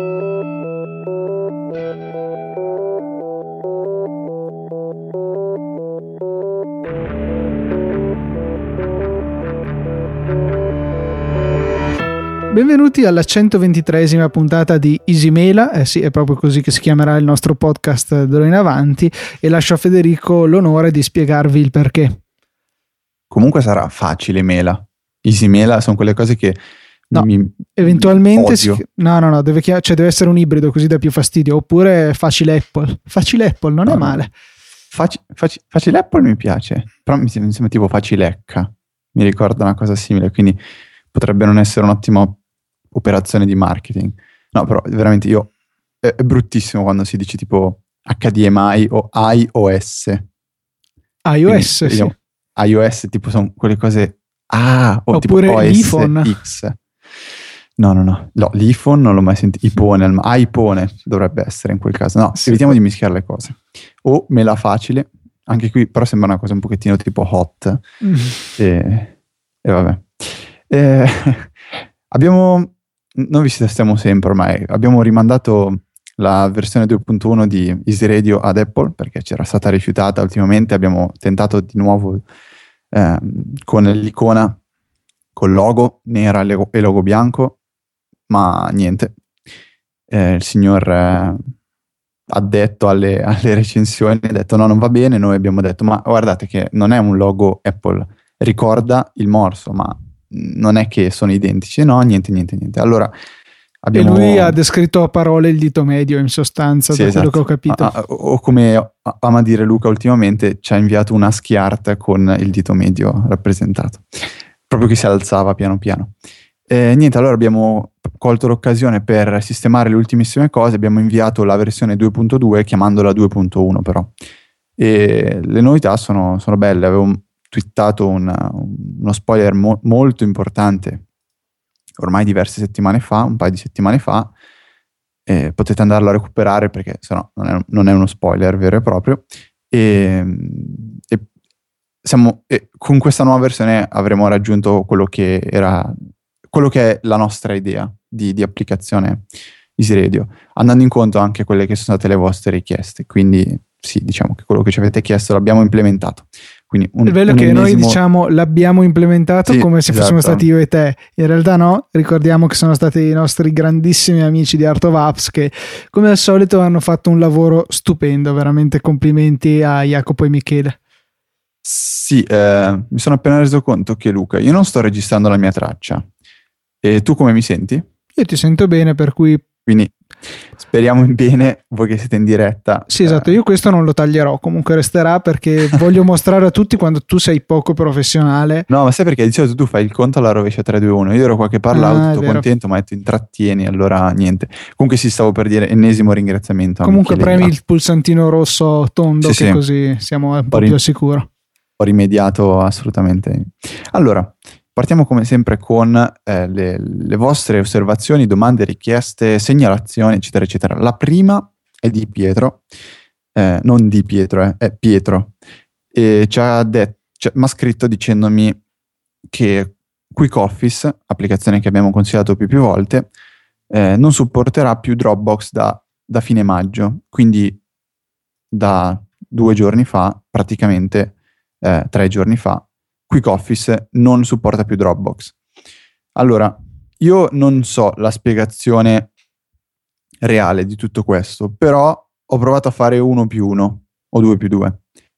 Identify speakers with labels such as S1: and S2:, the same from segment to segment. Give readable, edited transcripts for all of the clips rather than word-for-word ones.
S1: Benvenuti alla 123esima puntata di Easymela, sì, è proprio così che si chiamerà il nostro podcast d'ora in avanti, e lascio a Federico l'onore di spiegarvi il perché.
S2: Comunque sarà facile mela. Easymela sono quelle cose che
S1: eventualmente
S2: odio.
S1: No, deve essere un ibrido, così dà più fastidio, oppure facile Apple. Facile Apple non è male.
S2: Facile Apple mi piace, però mi sembra tipo facilecca, mi ricorda una cosa simile, quindi potrebbe non essere un'ottima operazione di marketing. No, però veramente è bruttissimo quando si dice tipo HDMI o iOS.
S1: iOS,
S2: quindi,
S1: sì.
S2: iOS tipo sono quelle cose o
S1: oppure
S2: tipo OS
S1: l'iPhone.
S2: X. No, l'iPhone non l'ho mai sentito. iPhone dovrebbe essere in quel caso. No, sì, evitiamo di mischiare le cose. O mela facile, anche qui però sembra una cosa un pochettino tipo hot. E vabbè. Noi vi stiamo sempre ormai, abbiamo rimandato la versione 2.1 di Easy Radio ad Apple perché c'era stata rifiutata ultimamente. Abbiamo tentato di nuovo con l'icona col logo nera e logo bianco, ma niente. Il signor addetto alle recensioni ha detto no, non va bene. Noi abbiamo detto ma guardate che non è un logo Apple, ricorda il morso, ma non è che sono identici. No, niente. Allora abbiamo...
S1: E lui ha descritto a parole il dito medio, in sostanza,
S2: sì,
S1: da quello
S2: esatto.
S1: che ho capito.
S2: O come ama dire Luca ultimamente, ci ha inviato una schiart con il dito medio rappresentato, proprio che si alzava piano piano. Niente, allora abbiamo colto l'occasione per sistemare le ultimissime cose. Abbiamo inviato la versione 2.2 chiamandola 2.1 però, e le novità sono belle. Avevo twittato uno spoiler molto importante ormai diverse settimane fa, un paio di settimane fa. Potete andarlo a recuperare perché sennò non è uno spoiler vero e proprio. Con questa nuova versione avremo raggiunto quello che è la nostra idea di applicazione Easy Radio, andando incontro anche a quelle che sono state le vostre richieste. Quindi sì, diciamo che quello che ci avete chiesto l'abbiamo implementato. Quindi
S1: è bello che noi diciamo l'abbiamo implementato, sì, come se fossimo stati io e te. In realtà no, ricordiamo che sono stati i nostri grandissimi amici di Art of Apps che come al solito hanno fatto un lavoro stupendo. Veramente complimenti a Jacopo e Michele.
S2: Sì, mi sono appena reso conto che Luca, io non sto registrando la mia traccia. E tu come mi senti?
S1: Io ti sento bene, per cui...
S2: Quindi speriamo in bene, voi che siete in diretta.
S1: Sì, esatto, io questo non lo taglierò, comunque resterà perché voglio mostrare a tutti quando tu sei poco professionale.
S2: No, ma sai perché di solito tu fai il conto alla rovescia 3, 2, 1. Io ero qua che parlavo tutto contento, ma tu intrattieni, allora niente. Comunque stavo per dire ennesimo ringraziamento.
S1: Comunque premi il pulsantino rosso tondo,
S2: sì,
S1: così siamo un po' più al sicuro.
S2: Ho rimediato assolutamente. Allora, partiamo come sempre con le vostre osservazioni, domande, richieste, segnalazioni, eccetera, eccetera. La prima è di Pietro, non di Pietro, è Pietro. E mi ha scritto dicendomi che Quick Office, applicazione che abbiamo consigliato più volte, non supporterà più Dropbox da fine maggio. Quindi da 2 giorni fa, praticamente 3 giorni fa, Quick Office non supporta più Dropbox. Allora, io non so la spiegazione reale di tutto questo, però ho provato a fare 1+1 o 2+2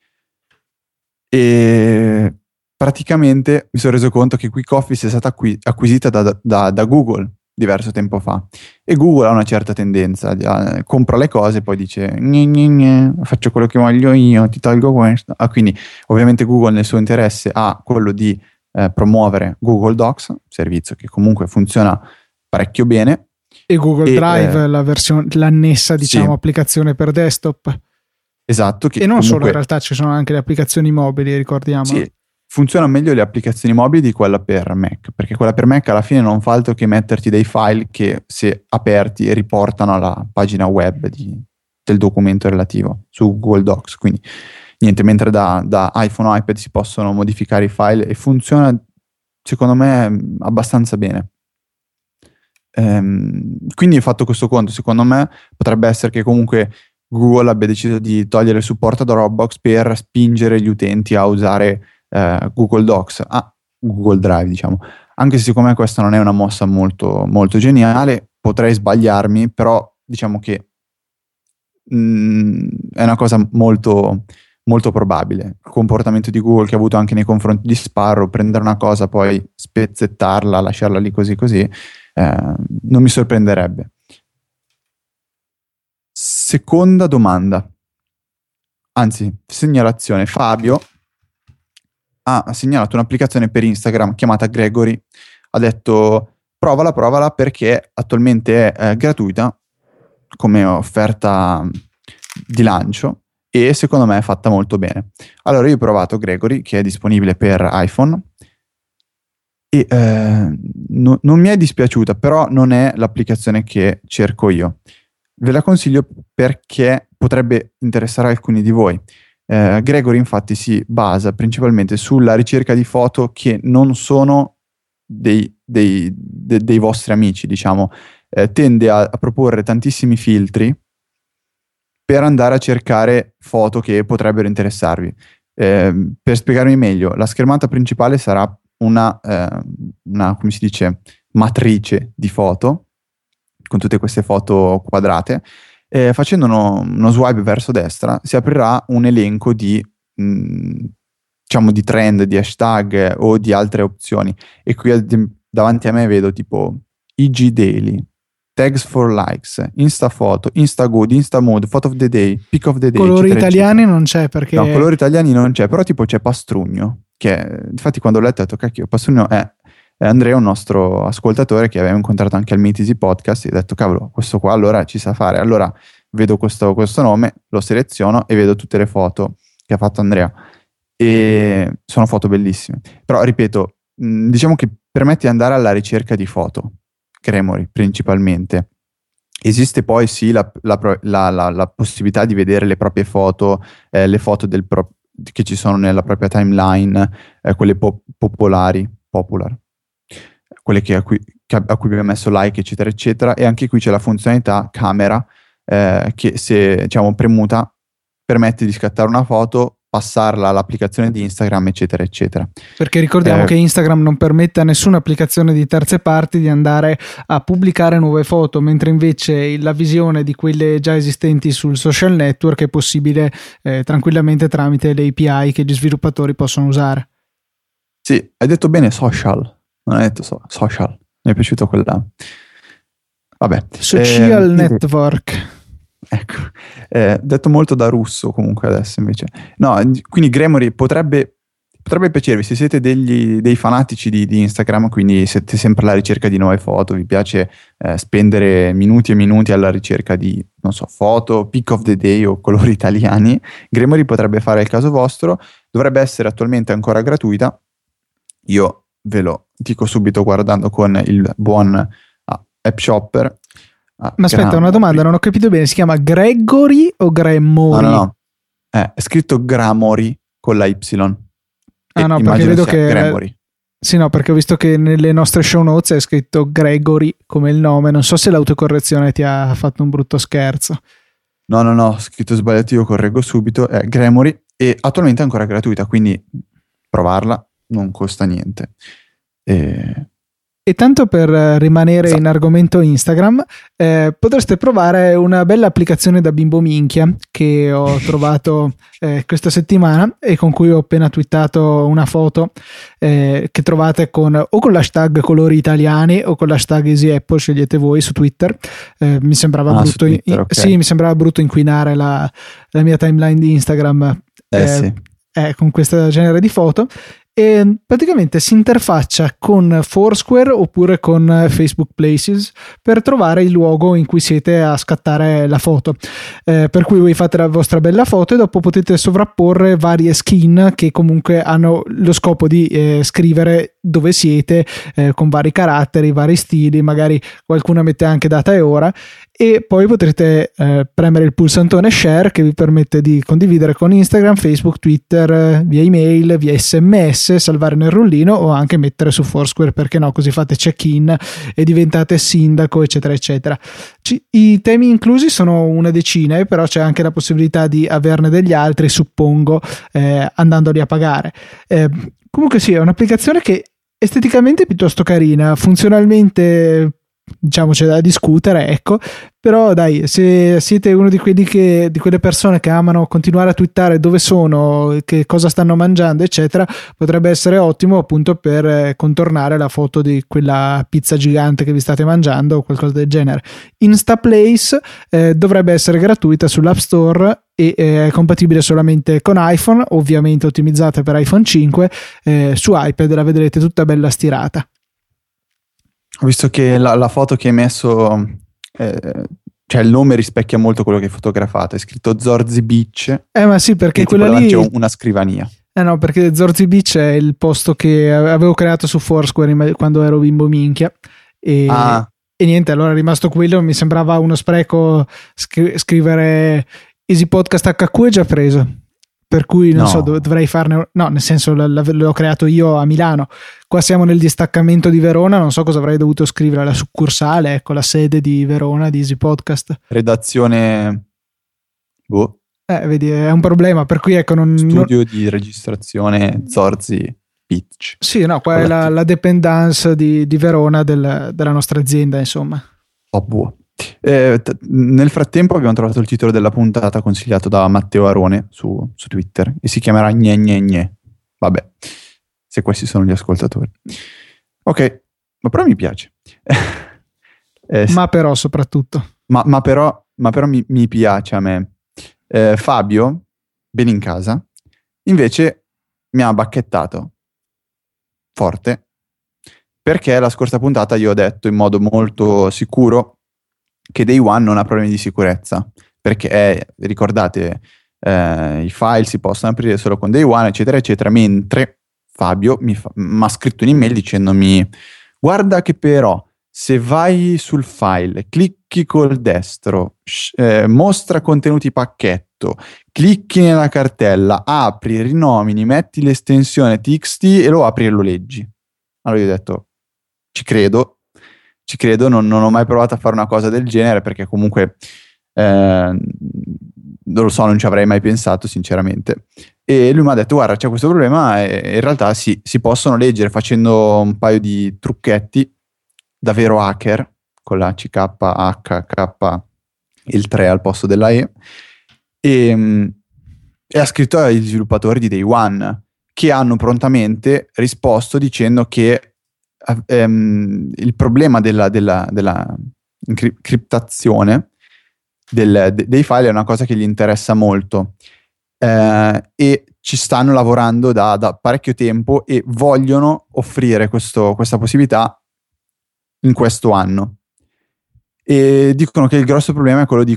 S2: e praticamente mi sono reso conto che Quick Office è stata acquisita da Google diverso tempo fa, e Google ha una certa tendenza, compra le cose e poi dice gne, faccio quello che voglio io, ti tolgo questo. Quindi ovviamente Google nel suo interesse ha quello di promuovere Google Docs, servizio che comunque funziona parecchio bene,
S1: e Google Drive, la versione, l'annessa diciamo, sì, applicazione per desktop.
S2: Esatto.
S1: E non solo, in realtà ci sono anche le applicazioni mobili, ricordiamo.
S2: Sì, funzionano meglio le applicazioni mobili di quella per Mac, perché quella per Mac alla fine non fa altro che metterti dei file che, se aperti, riportano alla pagina web del documento relativo su Google Docs. Quindi niente, mentre da iPhone o iPad si possono modificare i file e funziona secondo me abbastanza bene. Quindi fatto questo conto, secondo me potrebbe essere che comunque Google abbia deciso di togliere il supporto a Dropbox per spingere gli utenti a usare Google Docs, Google Drive, diciamo. Anche se secondo me questa non è una mossa molto, molto geniale, potrei sbagliarmi, però diciamo che è una cosa molto, molto probabile. Il comportamento di Google che ha avuto anche nei confronti di Sparrow, prendere una cosa, poi spezzettarla, lasciarla lì così così, non mi sorprenderebbe. Seconda domanda, anzi segnalazione. Fabio ha segnalato un'applicazione per Instagram chiamata Gregory, ha detto provala perché attualmente è gratuita come offerta di lancio e secondo me è fatta molto bene. Allora io ho provato Gregory, che è disponibile per iPhone, e non mi è dispiaciuta, però non è l'applicazione che cerco io. Ve la consiglio perché potrebbe interessare alcuni di voi. Gregory infatti si basa principalmente sulla ricerca di foto che non sono dei vostri amici, diciamo. Tende a proporre tantissimi filtri per andare a cercare foto che potrebbero interessarvi. Per spiegarmi meglio, la schermata principale sarà una come si dice, matrice di foto con tutte queste foto quadrate. Facendo uno swipe verso destra si aprirà un elenco di diciamo di trend, di hashtag o di altre opzioni, e qui davanti a me vedo tipo IG Daily, Tags for Likes, Insta Photo, Insta Good, Insta Mood, Photo of the Day, Pick of the Day.
S1: Colori
S2: eccetera,
S1: italiani
S2: eccetera.
S1: non c'è perché...
S2: No, colori italiani non c'è, però tipo c'è Pastrugno, che infatti quando l'ho letto ho detto cacchio, Pastrugno è Andrea, un nostro ascoltatore che aveva incontrato anche al Meet Easy Podcast, e ho detto cavolo, questo qua allora ci sa fare. Allora vedo questo nome, lo seleziono e vedo tutte le foto che ha fatto Andrea, e sono foto bellissime. Però ripeto, diciamo che permette di andare alla ricerca di foto, Gregory principalmente. Esiste poi sì la possibilità di vedere le proprie foto, le foto che ci sono nella propria timeline, quelle popular, quelle a cui abbiamo messo like, eccetera eccetera. E anche qui c'è la funzionalità camera, che se diciamo premuta permette di scattare una foto, passarla all'applicazione di Instagram, eccetera eccetera.
S1: Perché ricordiamo che Instagram non permette a nessuna applicazione di terze parti di andare a pubblicare nuove foto, mentre invece la visione di quelle già esistenti sul social network è possibile tranquillamente tramite le API che gli sviluppatori possono usare.
S2: Sì, hai detto bene social, non hai detto social, mi è piaciuto quella. Vabbè.
S1: Social network.
S2: Ecco, detto molto da russo comunque adesso invece. No, quindi Gregory potrebbe piacervi se siete dei fanatici di Instagram, quindi siete sempre alla ricerca di nuove foto, vi piace spendere minuti e minuti alla ricerca di, non so, foto, pick of the day o colori italiani. Gregory potrebbe fare il caso vostro, dovrebbe essere attualmente ancora gratuita. Io ve lo dico subito guardando con il buon App Shopper.
S1: Ma aspetta, una domanda, non ho capito bene, si chiama Gregory o Gremory?
S2: No. È scritto Gramory con la Y.
S1: No, perché vedo che...
S2: Gregory.
S1: Sì, no, perché ho visto che nelle nostre show notes è scritto Gregory come il nome, non so se l'autocorrezione ti ha fatto un brutto scherzo.
S2: No, ho scritto sbagliato, io correggo subito, è Gregory, e attualmente è ancora gratuita, quindi provarla non costa niente.
S1: E tanto per rimanere in argomento Instagram, potreste provare una bella applicazione da bimbo minchia che ho trovato questa settimana e con cui ho appena twittato una foto che trovate con l'hashtag colori italiani o con l'hashtag Easy Apple, scegliete voi, su Twitter. Mi sembrava brutto,
S2: Twitter, okay.
S1: Sì, mi sembrava brutto inquinare la mia timeline di Instagram
S2: sì.
S1: Con questo genere di foto. E praticamente si interfaccia con Foursquare oppure con Facebook Places per trovare il luogo in cui siete a scattare la foto, per cui voi fate la vostra bella foto e dopo potete sovrapporre varie skin che comunque hanno lo scopo di scrivere dove siete, con vari caratteri, vari stili, magari qualcuno mette anche data e ora, e poi potrete premere il pulsantone share che vi permette di condividere con Instagram, Facebook, Twitter, via email, via SMS, salvare nel rullino o anche mettere su Foursquare, perché no, così fate check-in e diventate sindaco, eccetera eccetera. I temi inclusi sono una decina, però c'è anche la possibilità di averne degli altri, suppongo, andandoli a pagare. Comunque sì, è un'applicazione che esteticamente è piuttosto carina, funzionalmente diciamo c'è da discutere, ecco, però dai, se siete uno di quelli di quelle persone che amano continuare a twittare dove sono, che cosa stanno mangiando, eccetera, potrebbe essere ottimo appunto per contornare la foto di quella pizza gigante che vi state mangiando o qualcosa del genere. Instaplace dovrebbe essere gratuita sull'App Store e è compatibile solamente con iPhone, ovviamente ottimizzata per iPhone 5, su iPad la vedrete tutta bella stirata.
S2: Ho visto che la foto che hai messo, cioè il nome rispecchia molto quello che hai fotografato, è scritto Zorzi Beach.
S1: Ma sì, perché quella lì
S2: c'è una scrivania.
S1: No, perché Zorzi Beach è il posto che avevo creato su Foursquare quando ero bimbo minchia e niente, allora è rimasto quello, mi sembrava uno spreco scrivere Easy Podcast HQ è già preso. Per cui non so, dovrei farne, no, nel senso l'ho creato io a Milano. Qua siamo nel distaccamento di Verona, non so cosa avrei dovuto scrivere, la succursale, ecco, la sede di Verona di Easy Podcast.
S2: Redazione
S1: vedi, è un problema, per cui ecco
S2: studio di registrazione Zorzi Beach.
S1: Sì, no, qua è la dependance di Verona della nostra azienda, insomma.
S2: Nel frattempo abbiamo trovato il titolo della puntata consigliato da Matteo Arone su Twitter e si chiamerà Gne Gne Gne. Vabbè, se questi sono gli ascoltatori. Ok, ma però mi piace.
S1: Ma però soprattutto.
S2: Ma però mi piace a me. Fabio, ben in casa, invece mi ha bacchettato forte perché la scorsa puntata io ho detto in modo molto sicuro che Day One non ha problemi di sicurezza, perché ricordate i file si possono aprire solo con Day One, eccetera eccetera, mentre Fabio mi ha scritto un'email dicendomi: guarda che però se vai sul file, clicchi col destro, mostra contenuti pacchetto, clicchi nella cartella, apri, rinomini, metti l'estensione txt e lo apri e lo leggi. Allora io ho detto ci credo, non ho mai provato a fare una cosa del genere, perché comunque non lo so, non ci avrei mai pensato sinceramente. E lui mi ha detto: guarda, c'è questo problema, e in realtà si possono leggere facendo un paio di trucchetti da vero hacker, con la CKHK il 3 al posto della E ha scritto ai sviluppatori di Day One, che hanno prontamente risposto dicendo che il problema della criptazione dei file è una cosa che gli interessa molto, e ci stanno lavorando da parecchio tempo e vogliono offrire questa possibilità in questo anno, e dicono che il grosso problema è quello di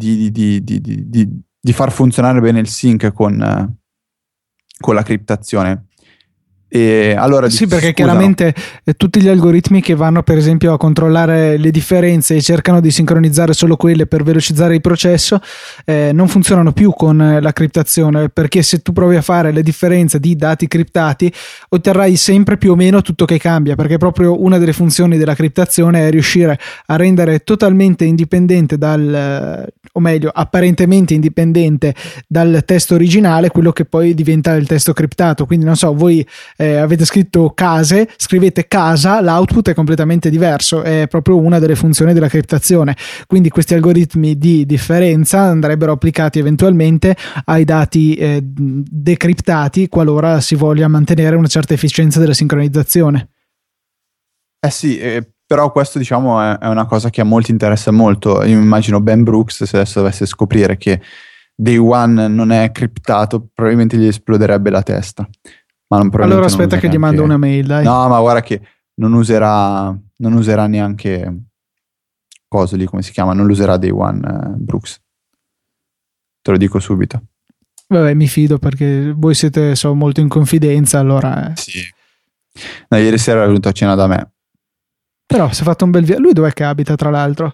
S2: far funzionare bene il sync con la criptazione. E allora
S1: sì, perché chiaramente tutti gli algoritmi che vanno per esempio a controllare le differenze e cercano di sincronizzare solo quelle per velocizzare il processo non funzionano più con la criptazione, perché se tu provi a fare le differenze di dati criptati otterrai sempre più o meno tutto che cambia, perché proprio una delle funzioni della criptazione è riuscire a rendere totalmente indipendente o meglio apparentemente indipendente dal testo originale quello che poi diventa il testo criptato. Quindi non so, voi avete scritto case, scrivete casa, l'output è completamente diverso, è proprio una delle funzioni della criptazione. Quindi questi algoritmi di differenza andrebbero applicati eventualmente ai dati decriptati, qualora si voglia mantenere una certa efficienza della sincronizzazione.
S2: Sì, però questo diciamo è una cosa che a molti interessa molto. Io immagino Ben Brooks, se adesso dovesse scoprire che Day One non è criptato, probabilmente gli esploderebbe la testa. Ma
S1: allora aspetta che gli mando una mail, dai.
S2: No, ma guarda che non userà neanche cosa lì, come si chiama, non lo userà Day One, Brooks. Te lo dico subito.
S1: Vabbè, mi fido perché voi siete molto in confidenza, allora.
S2: Sì. No, ieri sera è venuto a cena da me.
S1: Però si è fatto un bel viaggio. Lui dov'è che abita, tra l'altro?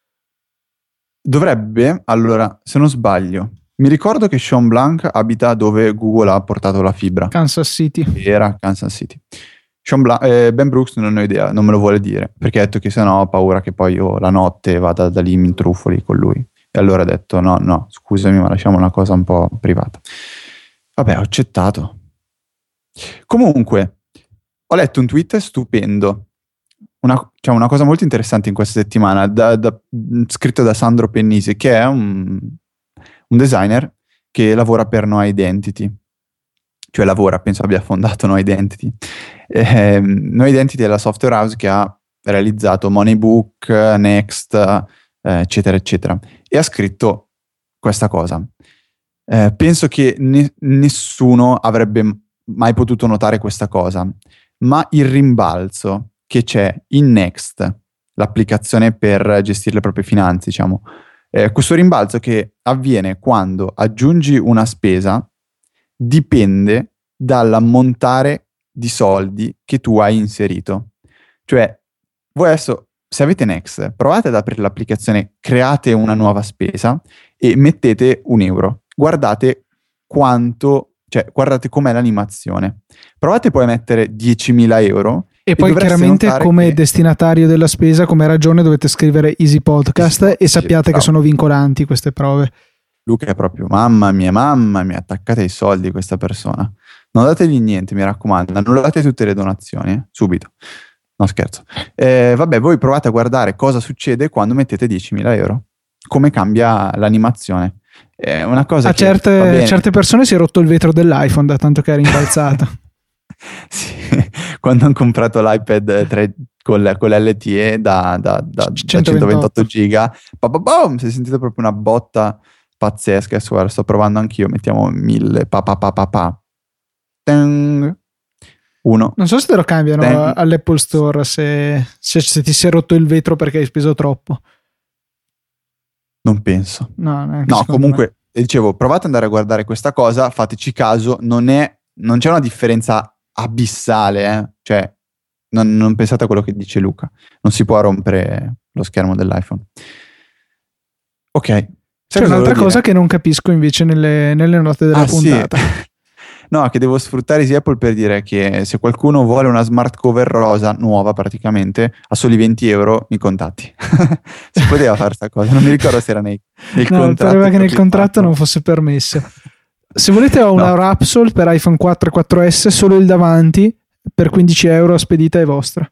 S2: Dovrebbe, allora, se non sbaglio, mi ricordo che Sean Blanc abita dove Google ha portato la fibra.
S1: Kansas City.
S2: Era Kansas City. Ben Brooks non ho idea, non me lo vuole dire, perché ha detto che sennò ho paura che poi io la notte vada da lì, mi intrufoli con lui. E allora ha detto no, scusami, ma lasciamo una cosa un po' privata. Vabbè, ho accettato. Comunque, ho letto un tweet stupendo. Una cosa molto interessante in questa settimana, scritto da Sandro Pennisi, che è un designer che lavora per No Identity. Cioè penso abbia fondato No Identity. No Identity è la software house che ha realizzato Moneybook, Next, eccetera, eccetera. E ha scritto questa cosa. Penso che nessuno avrebbe mai potuto notare questa cosa, ma il rimbalzo che c'è in Next, l'applicazione per gestire le proprie finanze, diciamo, questo rimbalzo che avviene quando aggiungi una spesa dipende dall'ammontare di soldi che tu hai inserito. Cioè, voi adesso, se avete Next, provate ad aprire l'applicazione, create una nuova spesa e mettete €1. Guardate guardate com'è l'animazione. Provate poi a mettere €10.000
S1: e poi chiaramente come destinatario della spesa, come ragione dovete scrivere Easy Podcast e sappiate che sono vincolanti queste prove.
S2: Luca è proprio mamma mia, attaccate i soldi questa persona. Non dategli niente, mi raccomando, annullate tutte le donazioni, subito. No, scherzo. Vabbè, voi provate a guardare cosa succede quando mettete €10.000. Come cambia l'animazione. È una cosa
S1: certe persone si è rotto il vetro dell'iPhone da tanto che è rimbalzato.
S2: Sì, quando hanno comprato l'iPad 3 con l'LTE da 128 giga, si è sentito proprio una botta pazzesca. Adesso guarda, sto provando anch'io, mettiamo 1000 uno.
S1: Non so se te lo cambiano all'Apple Store se ti si è rotto il vetro perché hai speso troppo.
S2: Non penso.
S1: No,
S2: comunque dicevo, provate ad andare a guardare questa cosa, fateci caso, non c'è una differenza abissale, cioè non pensate a quello che dice Luca, non si può rompere lo schermo dell'iPhone. Ok.
S1: C'è un'altra cosa che non capisco invece nelle note della puntata.
S2: Sì. No, che devo sfruttare Easy Apple per dire che se qualcuno vuole una smart cover rosa, nuova praticamente, a soli €20, mi contatti. Si poteva fare questa cosa, non mi ricordo se era nel contratto.
S1: Pareva che nel contratto non fosse permesso. Se volete ho una Rapsol per iPhone 4 e 4S, solo il davanti, per €15 spedita è vostra.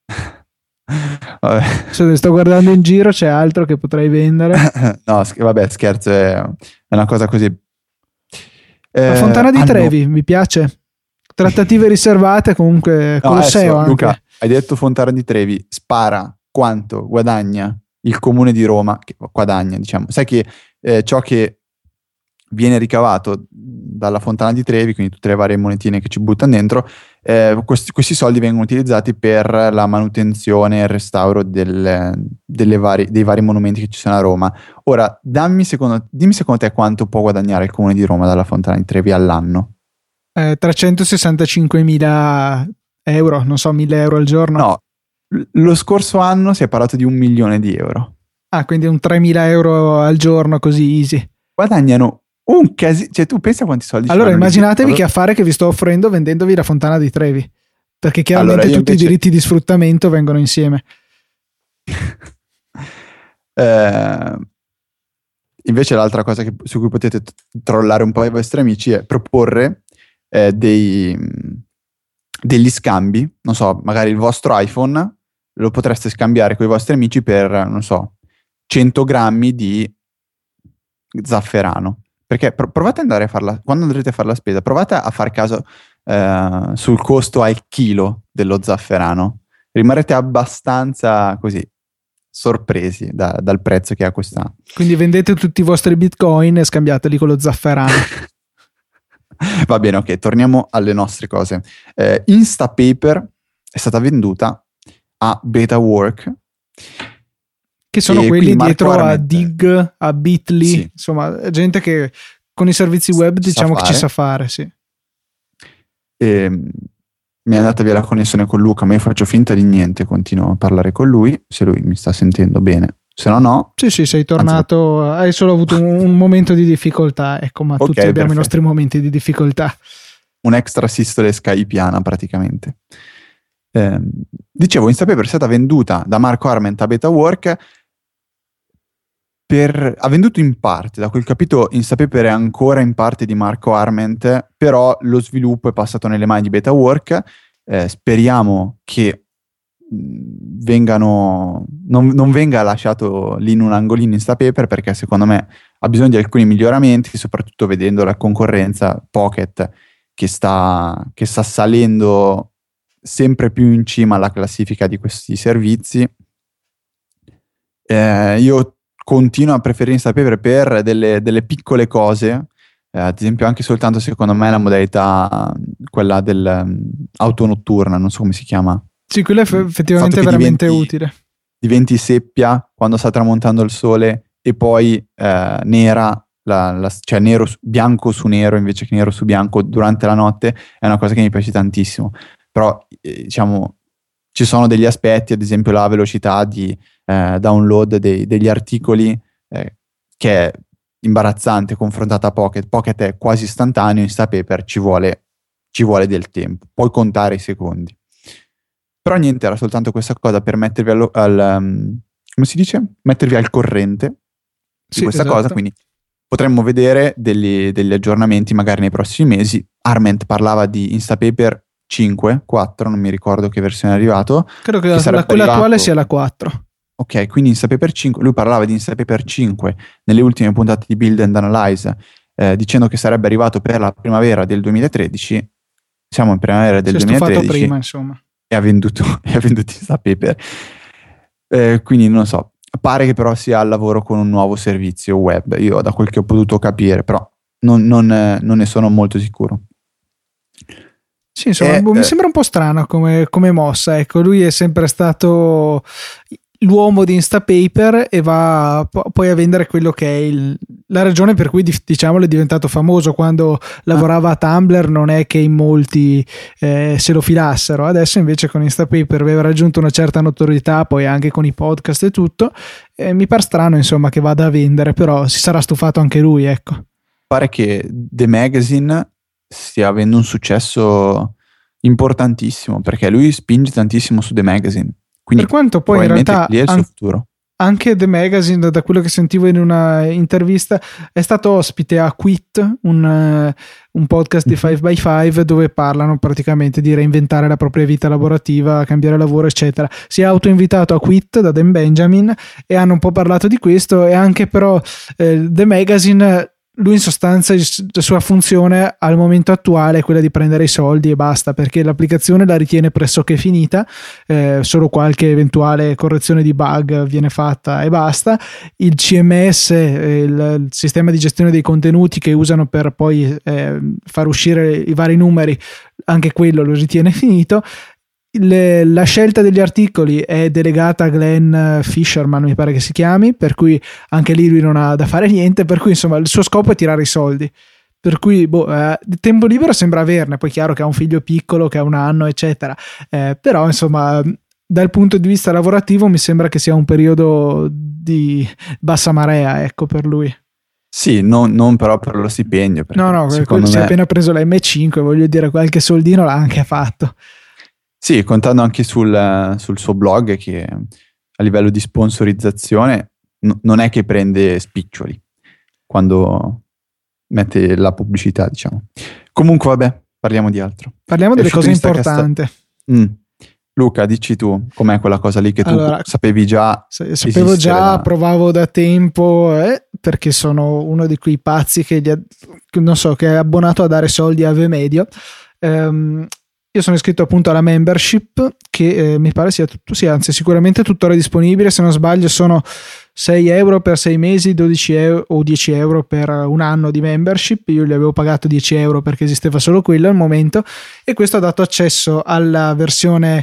S2: Vabbè.
S1: Se sto guardando in giro c'è altro che potrei vendere.
S2: No, vabbè, scherzo, è una cosa così.
S1: La Fontana di Trevi, mi piace. Trattative riservate comunque con lo SEO anche.
S2: Luca, hai detto Fontana di Trevi, spara quanto guadagna il comune di Roma, che guadagna, diciamo. Sai che ciò che viene ricavato dalla Fontana di Trevi, quindi tutte le varie monetine che ci buttano dentro, questi soldi vengono utilizzati per la manutenzione e il restauro dei vari monumenti che ci sono a Roma. Ora, dimmi secondo te quanto può guadagnare il comune di Roma dalla Fontana di Trevi all'anno?
S1: 365.000 euro, non so, 1.000 euro al giorno.
S2: No, lo scorso anno si è parlato di €1.000.000.
S1: Ah, quindi un 3.000 euro al giorno così easy.
S2: Guadagnano un casino, cioè tu pensa quanti soldi
S1: allora immaginatevi che affare che vi sto offrendo vendendovi la Fontana di Trevi, perché chiaramente tutti i diritti di sfruttamento vengono insieme.
S2: Invece l'altra cosa su cui potete trollare un po' i vostri amici è proporre degli scambi. Non so, magari il vostro iPhone lo potreste scambiare con i vostri amici per, non so, 100 grammi di zafferano. Perché provate ad andare a farla, quando andrete a fare la spesa, provate a far caso sul costo al chilo dello zafferano. Rimarrete abbastanza così sorpresi dal prezzo che ha questa.
S1: Quindi vendete tutti i vostri bitcoin e scambiateli con lo zafferano.
S2: Va bene, ok, torniamo alle nostre cose. Instapaper è stata venduta a Betawork,
S1: che sono quelli dietro a Dig, a Bitly, sì. Insomma, gente che con i servizi web diciamo che ci sa fare, sì.
S2: mi è andata via la connessione con Luca, ma io faccio finta di niente, continuo a parlare con lui, se lui mi sta sentendo bene, se no no.
S1: Sì, sei tornato, hai solo avuto un momento di difficoltà, ecco, ma tutti abbiamo perfetto. I nostri momenti di difficoltà.
S2: Un extra sistole skypiana praticamente. Dicevo, Instapaper è stata venduta da Marco Arment a Betawork, ha venduto in parte, da quel capito Instapaper è ancora in parte di Marco Arment, però lo sviluppo è passato nelle mani di Betawork. Speriamo che non venga lasciato lì in un angolino Instapaper, perché secondo me ha bisogno di alcuni miglioramenti, soprattutto vedendo la concorrenza Pocket che sta salendo sempre più in cima alla classifica di questi servizi. Io continuo a preferire Instapaper per delle piccole cose, ad esempio anche soltanto secondo me la modalità quella auto notturna, non so come si chiama.
S1: Sì, quella è effettivamente veramente utile.
S2: Diventi seppia quando sta tramontando il sole e poi nera, cioè bianco su nero invece che nero su bianco durante la notte, è una cosa che mi piace tantissimo. Però diciamo ci sono degli aspetti, ad esempio la velocità di download degli articoli che è imbarazzante confrontata a Pocket. Pocket è quasi istantaneo, Instapaper ci vuole del tempo, puoi contare i secondi. Però niente, era soltanto questa cosa per mettervi come si dice? Mettervi al corrente di questa cosa, quindi potremmo vedere degli aggiornamenti magari nei prossimi mesi. Arment parlava di Instapaper 5, 4, non mi ricordo che versione è arrivato.
S1: Credo che quella attuale sia la 4.
S2: Ok, quindi Instapaper 5, lui parlava di Instapaper 5 nelle ultime puntate di Build and Analyze, dicendo che sarebbe arrivato per la primavera del 2013. Siamo in primavera del 2013.
S1: Fatto prima, insomma.
S2: E ha venduto Instapaper. Quindi non so, pare che però sia al lavoro con un nuovo servizio web, io da quel che ho potuto capire, però non ne sono molto sicuro.
S1: Sì, insomma, mi sembra un po' strano come mossa, ecco, lui è sempre stato l'uomo di Instapaper e va poi a vendere quello che è la ragione per cui diciamolo è diventato famoso. Quando lavorava a Tumblr non è che in molti se lo filassero, adesso invece con Instapaper aveva raggiunto una certa notorietà, poi anche con i podcast e tutto, mi pare strano insomma che vada a vendere, però si sarà stufato anche lui, ecco.
S2: Pare che The Magazine stia avendo un successo importantissimo, perché lui spinge tantissimo su The Magazine. Quindi
S1: per quanto poi in realtà
S2: lì è il suo futuro.
S1: Anche The Magazine, da quello che sentivo in una intervista, è stato ospite a Quit, un podcast di 5x5 dove parlano praticamente di reinventare la propria vita lavorativa, cambiare lavoro eccetera. Si è autoinvitato a Quit da Dan Benjamin e hanno un po' parlato di questo, e anche però The Magazine, lui in sostanza la sua funzione al momento attuale è quella di prendere i soldi e basta, perché l'applicazione la ritiene pressoché finita, solo qualche eventuale correzione di bug viene fatta e basta. Il CMS, il sistema di gestione dei contenuti che usano per poi far uscire i vari numeri, anche quello lo ritiene finito. La scelta degli articoli è delegata a Glenn Fisherman, mi pare che si chiami, per cui anche lì lui non ha da fare niente, per cui insomma il suo scopo è tirare i soldi, per cui tempo libero sembra averne, poi chiaro che ha un figlio piccolo che ha 1 anno eccetera, però insomma dal punto di vista lavorativo mi sembra che sia un periodo di bassa marea, ecco, per lui.
S2: Sì, non però per lo stipendio,
S1: no, si è appena preso la M5, voglio dire, qualche soldino l'ha anche fatto.
S2: Sì, contando anche sul suo blog, che a livello di sponsorizzazione non è che prende spiccioli quando mette la pubblicità, diciamo. Comunque vabbè, parliamo di altro.
S1: Parliamo delle cose importanti.
S2: Luca, dici tu, com'è quella cosa lì che tu sapevi già?
S1: Sapevo già, provavo da tempo, perché sono uno di quei pazzi che che è abbonato a dare soldi a Vemedio. Io sono iscritto appunto alla membership, che mi pare sia anzi sicuramente tuttora disponibile, se non sbaglio sono 6 euro per 6 mesi, 12 euro o 10 euro per 1 anno di membership. Io gli avevo pagato 10 euro perché esisteva solo quello al momento, e questo ha dato accesso alla versione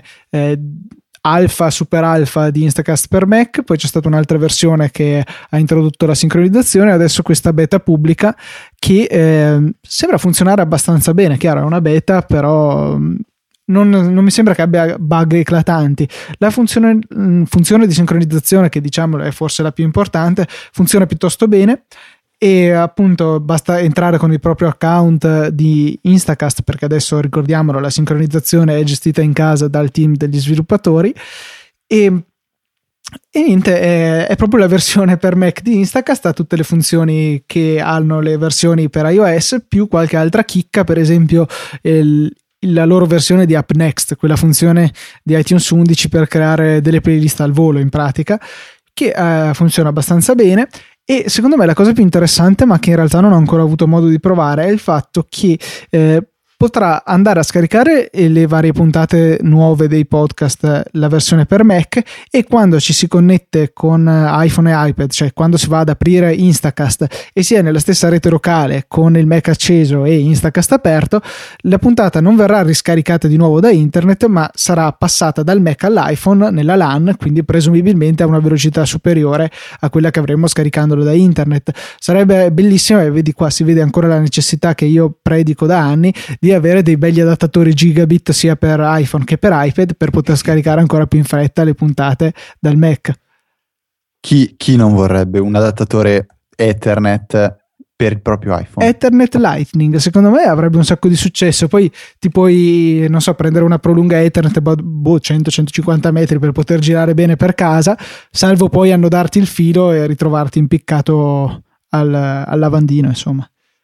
S1: alfa, super alfa di Instacast per Mac. Poi c'è stata un'altra versione che ha introdotto la sincronizzazione, adesso questa beta pubblica che sembra funzionare abbastanza bene. Chiaro, è una beta, però non mi sembra che abbia bug eclatanti. La funzione di sincronizzazione, che diciamo è forse la più importante, funziona piuttosto bene, e appunto basta entrare con il proprio account di Instacast, perché adesso, ricordiamolo, la sincronizzazione è gestita in casa dal team degli sviluppatori, e niente, è proprio la versione per Mac di Instacast, ha tutte le funzioni che hanno le versioni per iOS, più qualche altra chicca, per esempio la loro versione di Up Next, quella funzione di iTunes 11 per creare delle playlist al volo, in pratica, che funziona abbastanza bene. E secondo me la cosa più interessante, ma che in realtà non ho ancora avuto modo di provare, è il fatto che potrà andare a scaricare le varie puntate nuove dei podcast, la versione per Mac, e quando ci si connette con iPhone e iPad, cioè quando si va ad aprire Instacast e si è nella stessa rete locale con il Mac acceso e Instacast aperto, la puntata non verrà riscaricata di nuovo da internet, ma sarà passata dal Mac all'iPhone nella LAN, quindi presumibilmente a una velocità superiore a quella che avremmo scaricandolo da internet. Sarebbe bellissimo, e vedi qua, si vede ancora la necessità che io predico da anni di avere dei belli adattatori gigabit sia per iPhone che per iPad, per poter scaricare ancora più in fretta le puntate dal Mac.
S2: Chi non vorrebbe un adattatore Ethernet per il proprio iPhone?
S1: Ethernet Lightning secondo me avrebbe un sacco di successo. Poi ti puoi, non so, prendere una prolunga Ethernet 100-150 metri per poter girare bene per casa, salvo poi annodarti il filo e ritrovarti impiccato al lavandino, insomma.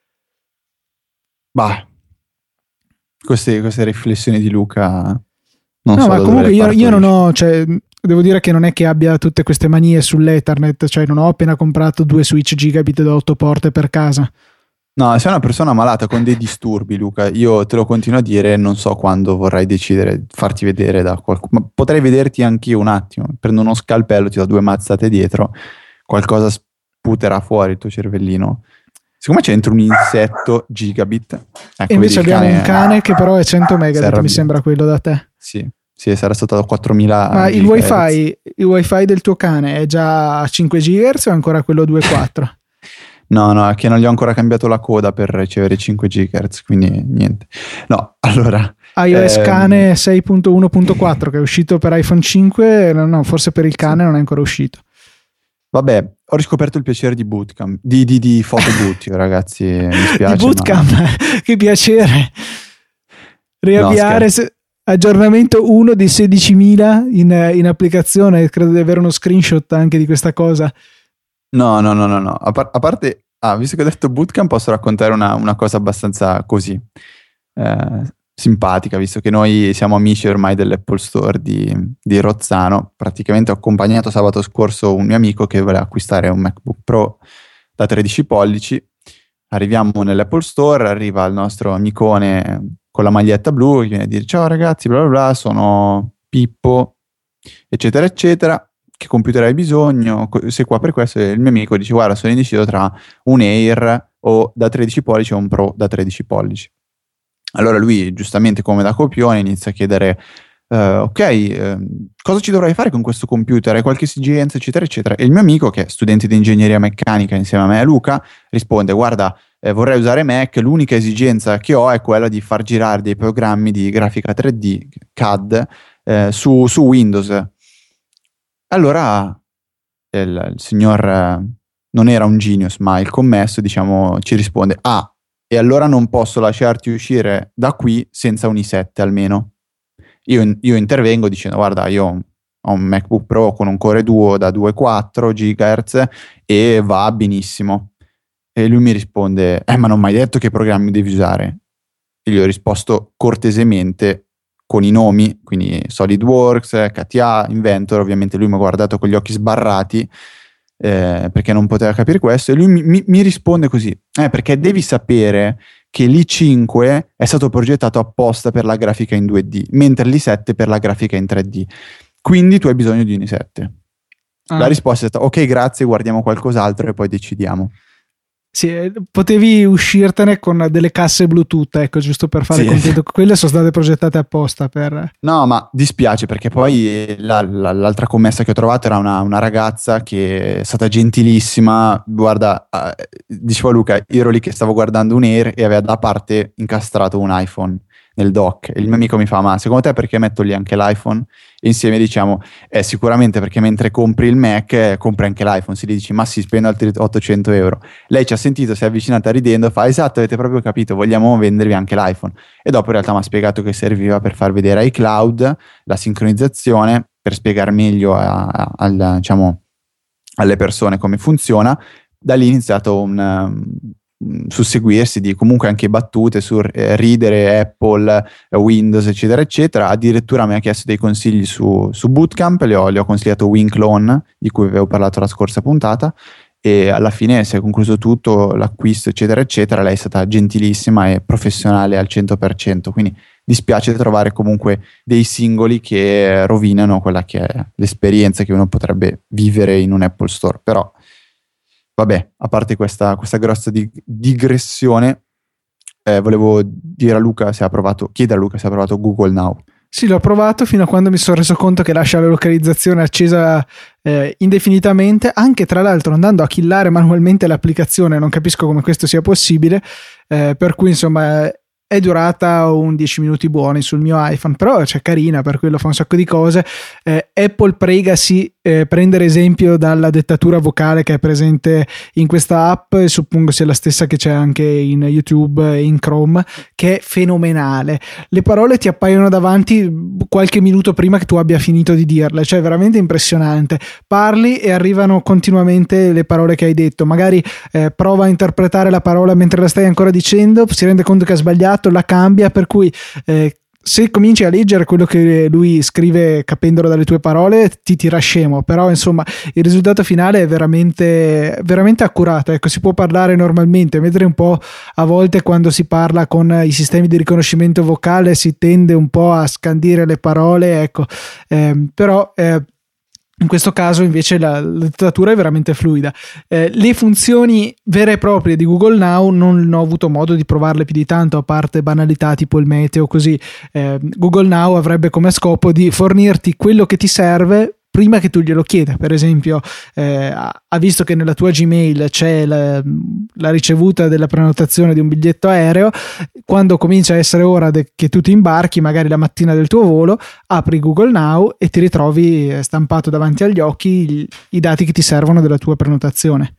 S2: Bah, queste riflessioni di Luca non
S1: no,
S2: so,
S1: ma comunque io non ho, cioè, devo dire che non è che abbia tutte queste manie sull'Ethernet, cioè non ho appena comprato 2 switch gigabit da 8 porte per casa.
S2: No, sei una persona malata con dei disturbi, Luca. Io te lo continuo a dire, non so quando vorrai decidere di farti vedere da qualcuno, ma potrei vederti anch'io un attimo, prendo uno scalpello, ti do 2 mazzate dietro, qualcosa sputerà fuori il tuo cervellino. Siccome c'è dentro un insetto gigabit, ecco,
S1: e invece abbiamo un cane che però è 100 megabit, mi sembra quello da te.
S2: Sì, sarà stato da 4000.
S1: Ma il wifi del tuo cane è già a 5 GHz o è ancora quello 2.4?
S2: No, è che non gli ho ancora cambiato la coda per ricevere 5 GHz, quindi niente. No, allora
S1: iOS cane 6.1.4 che è uscito per iPhone 5, no, forse per il cane non è ancora uscito.
S2: Vabbè, ho riscoperto il piacere di bootcamp, di photoboot, ragazzi, mi spiace.
S1: Di bootcamp, ma... che piacere. Riavviare aggiornamento 1 di 16.000 in applicazione, credo di avere uno screenshot anche di questa cosa.
S2: No, a parte, visto che ho detto bootcamp, posso raccontare una cosa abbastanza così, simpatica, visto che noi siamo amici ormai dell'Apple Store di Rozzano. Praticamente ho accompagnato sabato scorso un mio amico che voleva acquistare un MacBook Pro da 13 pollici. Arriviamo nell'Apple Store, arriva il nostro amicone con la maglietta blu che viene a dire: ciao ragazzi, bla bla bla, sono Pippo, eccetera eccetera, che computer hai bisogno, sei qua per questo. E il mio amico dice: guarda, sono indeciso tra un Air o da 13 pollici o un Pro da 13 pollici. Allora lui, giustamente come da copione, inizia a chiedere: cosa ci dovrai fare con questo computer? Hai qualche esigenza, eccetera eccetera. E il mio amico, che è studente di ingegneria meccanica insieme a me e Luca, risponde: guarda, vorrei usare Mac, l'unica esigenza che ho è quella di far girare dei programmi di grafica 3D CAD su Windows. Allora il signor non era un genius, ma il commesso, diciamo, ci risponde: e allora non posso lasciarti uscire da qui senza un i7 almeno. Io intervengo dicendo: guarda, io ho un MacBook Pro con un Core Duo da 2.4 GHz e va benissimo. E lui mi risponde: ma non mi hai detto che programmi devi usare? E gli ho risposto cortesemente con i nomi, quindi SolidWorks, CATIA, Inventor. Ovviamente lui mi ha guardato con gli occhi sbarrati, perché non poteva capire questo, e lui mi risponde così: perché devi sapere che l'i5 è stato progettato apposta per la grafica in 2D, mentre l'i7 per la grafica in 3D, quindi tu hai bisogno di un i7. La risposta è stata: ok, grazie, guardiamo qualcos'altro e poi decidiamo.
S1: Sì, potevi uscirtene con delle casse Bluetooth, ecco, giusto per fare contento. Quelle sono state progettate apposta per... No,
S2: ma dispiace, perché poi l'altra commessa che ho trovato era una ragazza che è stata gentilissima. Guarda, dicevo a Luca, io ero lì che stavo guardando un Air e aveva da parte incastrato un iPhone. nel dock. E il mio amico mi fa: ma secondo te perché metto lì anche l'iPhone? E insieme diciamo sicuramente perché mentre compri il Mac compri anche l'iPhone. Si dici: ma si spendo altri 800 euro. Lei ci ha sentito, si è avvicinata ridendo, fa: esatto, avete proprio capito, vogliamo vendervi anche l'iPhone. E dopo in realtà mi ha spiegato che serviva per far vedere iCloud la sincronizzazione, per spiegare meglio diciamo, alle persone come funziona. Da lì è iniziato un susseguirsi di comunque anche battute su ridere, Apple, Windows, eccetera eccetera. Addirittura mi ha chiesto dei consigli su Bootcamp, le ho consigliato Winklone, di cui avevo parlato la scorsa puntata, e alla fine si è concluso tutto, l'acquisto eccetera eccetera. Lei è stata gentilissima e professionale al 100%, quindi dispiace trovare comunque dei singoli che rovinano quella che è l'esperienza che uno potrebbe vivere in un Apple Store. Però vabbè, a parte questa grossa digressione, volevo dire a Luca se ha provato, chiedere a Luca se ha provato Google Now.
S1: Sì, l'ho provato fino a quando mi sono reso conto che lascia la localizzazione accesa indefinitamente, anche tra l'altro andando a killare manualmente l'applicazione. Non capisco come questo sia possibile, per cui insomma è durata un 10 minuti buoni sul mio iPhone, però c'è carina, per quello fa un sacco di cose. Apple pregasi prendere esempio dalla dettatura vocale che è presente in questa app, e suppongo sia la stessa che c'è anche in YouTube e in Chrome, che è fenomenale. Le parole ti appaiono davanti qualche minuto prima che tu abbia finito di dirle, cioè veramente impressionante. Parli e arrivano continuamente le parole che hai detto, magari prova a interpretare la parola mentre la stai ancora dicendo, si rende conto che ha sbagliato, la cambia, per cui se cominci a leggere quello che lui scrive capendolo dalle tue parole ti tira scemo, però insomma il risultato finale è veramente veramente accurato. Ecco, si può parlare normalmente, mentre un po' a volte quando si parla con i sistemi di riconoscimento vocale si tende un po' a scandire le parole, ecco, però in questo caso invece la dettatura è veramente fluida. Le funzioni vere e proprie di Google Now non ho avuto modo di provarle più di tanto, a parte banalità tipo il meteo così. Google Now avrebbe come scopo di fornirti quello che ti serve prima che tu glielo chieda. Per esempio ha visto che nella tua Gmail c'è la ricevuta della prenotazione di un biglietto aereo. Quando comincia a essere ora che tu ti imbarchi, magari la mattina del tuo volo, apri Google Now e ti ritrovi stampato davanti agli occhi i dati che ti servono della tua prenotazione.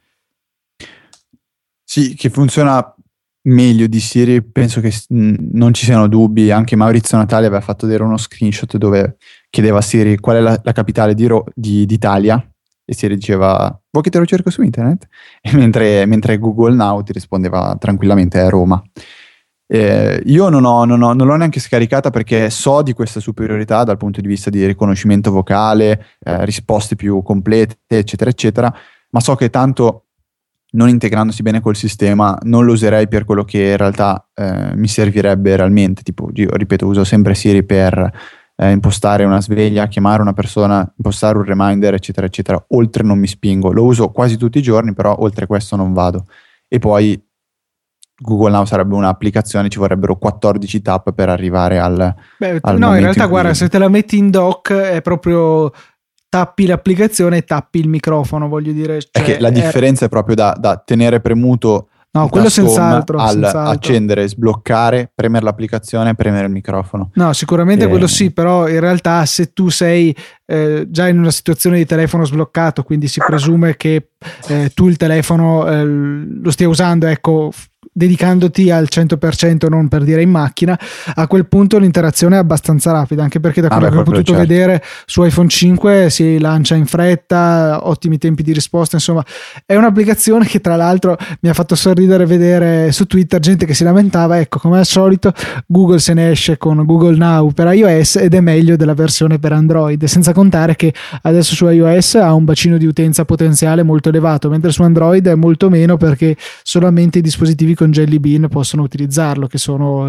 S2: Sì, che funziona meglio di Siri, penso che non ci siano dubbi. Anche Maurizio Natali aveva fatto vedere uno screenshot dove chiedeva a Siri qual è la capitale d'Italia, e Siri diceva: vuoi che te lo cerco su internet? E mentre Google Now ti rispondeva tranquillamente: è Roma. Io non l'ho neanche scaricata perché so di questa superiorità dal punto di vista di riconoscimento vocale, risposte più complete eccetera eccetera, ma so che tanto non integrandosi bene col sistema non lo userei per quello che in realtà mi servirebbe realmente. Tipo, io ripeto, uso sempre Siri per impostare una sveglia, chiamare una persona, impostare un reminder eccetera eccetera. Oltre non mi spingo, lo uso quasi tutti i giorni, però oltre questo non vado. E poi Google Now sarebbe un'applicazione, ci vorrebbero 14 tap per arrivare al
S1: no, in realtà guarda, se te la metti in dock è proprio tappi l'applicazione e tappi il microfono, voglio dire, cioè,
S2: è che la differenza è proprio da tenere premuto,
S1: no, quello senz'altro,
S2: accendere, sbloccare, premere l'applicazione, premere il microfono.
S1: No, sicuramente quello sì, però in realtà se tu sei già in una situazione di telefono sbloccato, quindi si presume che tu il telefono lo stia usando, ecco, dedicandoti al 100%, non per dire in macchina, a quel punto l'interazione è abbastanza rapida, anche perché da quello che ho potuto vedere su iPhone 5 si lancia in fretta, ottimi tempi di risposta. Insomma, è un'applicazione che tra l'altro mi ha fatto sorridere vedere su Twitter gente che si lamentava. Ecco, come al solito Google se ne esce con Google Now per iOS ed è meglio della versione per Android, senza contare che adesso su iOS ha un bacino di utenza potenziale molto elevato, mentre su Android è molto meno, perché solamente i dispositivi con Jelly Bean possono utilizzarlo, che sono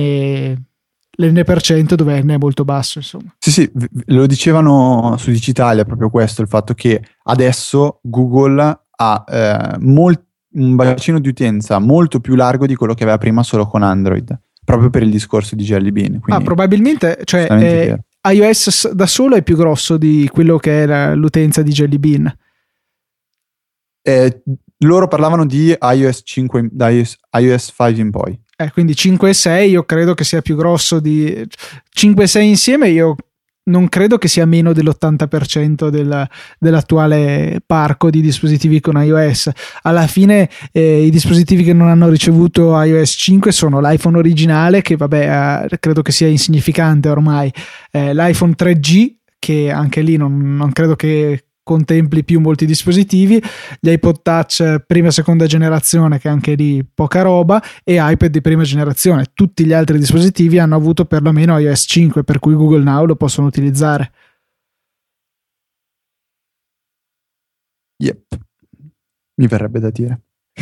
S1: l'N% dove N è molto basso, insomma.
S2: Sì, lo dicevano su Digitalia proprio questo, il fatto che adesso Google ha un bacino di utenza molto più largo di quello che aveva prima solo con Android, proprio per il discorso di Jelly Bean.
S1: Probabilmente, cioè iOS da solo è più grosso di quello che era l'utenza di Jelly Bean.
S2: Loro parlavano di iOS 5, da iOS 5 in poi.
S1: Quindi 5 e 6 io credo che sia più grosso di 5 e 6 insieme. Io non credo che sia meno dell'80% dell'attuale parco di dispositivi con iOS. Alla fine i dispositivi che non hanno ricevuto iOS 5 sono l'iPhone originale, che vabbè credo che sia insignificante ormai, l'iPhone 3G, che anche lì non credo che contempli più molti dispositivi, gli iPod Touch prima e seconda generazione, che anche lì poca roba, e iPad di prima generazione. Tutti gli altri dispositivi hanno avuto perlomeno iOS 5, per cui Google Now lo possono utilizzare.
S2: Yep, mi verrebbe da dire.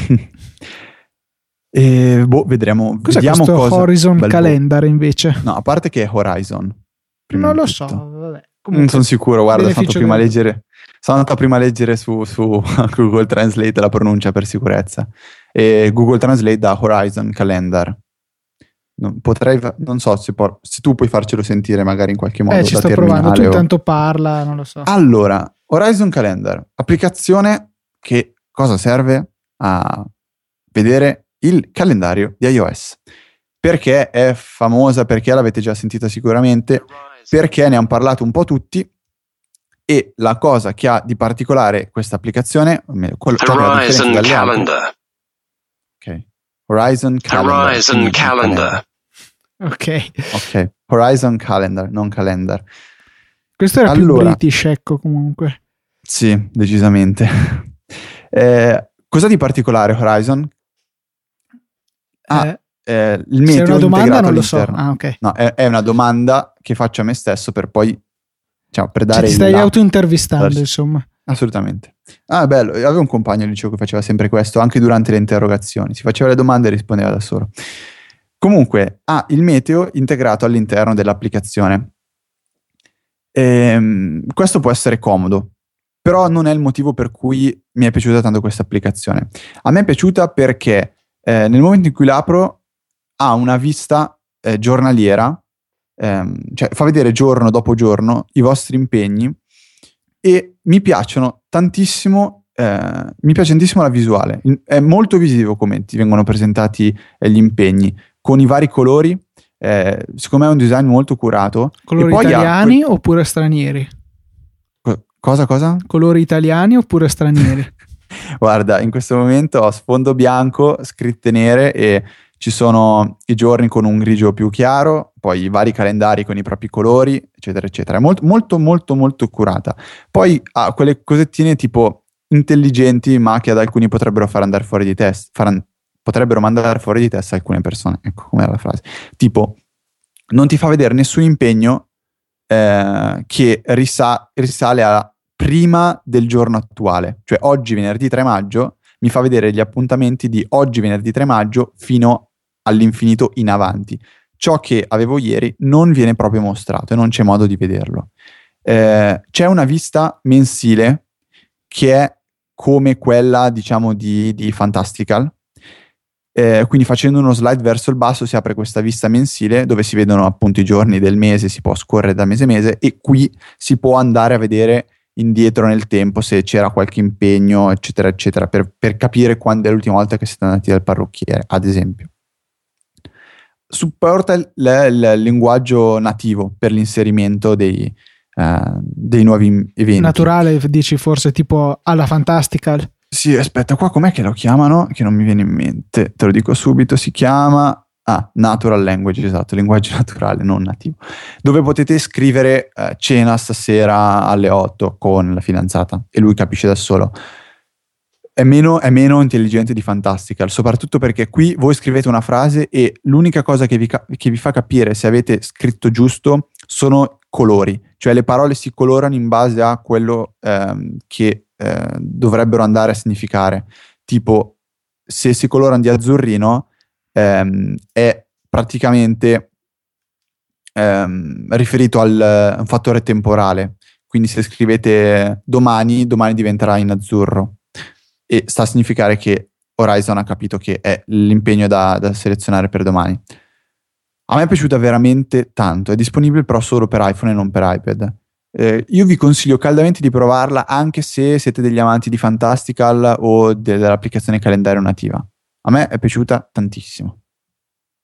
S2: E vedremo.
S1: Cos'è
S2: vediamo
S1: questo
S2: cosa
S1: Horizon Calendar invece?
S2: No, a parte che è Horizon.
S1: Non lo so, vabbè. Comunque,
S2: non sono sicuro, guarda, sono andato prima a leggere su Google Translate la pronuncia per sicurezza, e Google Translate da Horizon Calendar. Non so se tu puoi farcelo sentire magari in qualche modo.
S1: Ci sto provando, tu intanto parla, non lo so.
S2: Allora, Horizon Calendar, applicazione che cosa serve? A vedere il calendario di iOS. Perché è famosa? Perché l'avete già sentita sicuramente, perché ne hanno parlato un po' tutti, e la cosa che ha di particolare questa applicazione,
S3: Horizon Calendar.
S2: Ok, Horizon Calendar.
S1: Ok,
S2: Horizon Calendar, non Calendar.
S1: Questo era più British, ecco, comunque.
S2: Sì, decisamente. Cosa di particolare Horizon? Il meteo,
S1: se è una domanda non lo
S2: all'interno.
S1: so. Okay.
S2: No, è una domanda che faccio a me stesso per poi, per dare
S1: ti stai auto-intervistando, insomma.
S2: Assolutamente. Bello, avevo un compagno al liceo che faceva sempre questo, anche durante le interrogazioni, si faceva le domande e rispondeva da solo. Comunque ha il meteo integrato all'interno dell'applicazione. Questo può essere comodo, però non è il motivo per cui mi è piaciuta tanto questa applicazione. A me è piaciuta perché nel momento in cui l'apro ha una vista giornaliera, cioè fa vedere giorno dopo giorno i vostri impegni, e mi piacciono tantissimo, mi piace tantissimo la visuale. È molto visivo come ti vengono presentati gli impegni, con i vari colori. Secondo me è un design molto curato.
S1: Colori
S2: e poi
S1: italiani oppure stranieri?
S2: Cosa?
S1: Colori italiani oppure stranieri?
S2: Guarda, in questo momento ho sfondo bianco, scritte nere, e ci sono i giorni con un grigio più chiaro, poi i vari calendari con i propri colori, eccetera, eccetera. È molto, molto, molto, molto curata. Poi ha quelle cosettine tipo intelligenti, ma che ad alcuni potrebbero far andare fuori di testa. Potrebbero mandare fuori di testa alcune persone. Ecco com'era la frase. Tipo, non ti fa vedere nessun impegno che risale a prima del giorno attuale. Cioè oggi, venerdì 3 maggio, mi fa vedere gli appuntamenti di oggi, venerdì 3 maggio, fino all'infinito in avanti. Ciò che avevo ieri non viene proprio mostrato e non c'è modo di vederlo. C'è una vista mensile che è come quella, diciamo, di Fantastical. Quindi facendo uno slide verso il basso si apre questa vista mensile dove si vedono appunto i giorni del mese, si può scorrere da mese a mese, e qui si può andare a vedere indietro nel tempo se c'era qualche impegno, eccetera, eccetera, per capire quando è l'ultima volta che siete andati dal parrucchiere, ad esempio. Supporta il linguaggio nativo per l'inserimento dei nuovi eventi.
S1: Naturale, dici, forse tipo alla Fantastical?
S2: Sì, aspetta, qua com'è che lo chiamano? Che non mi viene in mente, te lo dico subito, si chiama Natural Language, esatto, linguaggio naturale, non nativo, dove potete scrivere cena stasera alle 8 con la fidanzata e lui capisce da solo. È meno intelligente di Fantastical, soprattutto perché qui voi scrivete una frase e l'unica cosa che vi fa capire se avete scritto giusto sono colori, cioè le parole si colorano in base a quello che dovrebbero andare a significare. Tipo, se si colorano di azzurrino è praticamente riferito al un fattore temporale, quindi se scrivete domani diventerà in azzurro, e sta a significare che Horizon ha capito che è l'impegno da selezionare per domani. A me è piaciuta veramente tanto, è disponibile però solo per iPhone e non per iPad. Io vi consiglio caldamente di provarla, anche se siete degli amanti di Fantastical o dell'applicazione calendario nativa. A me è piaciuta tantissimo.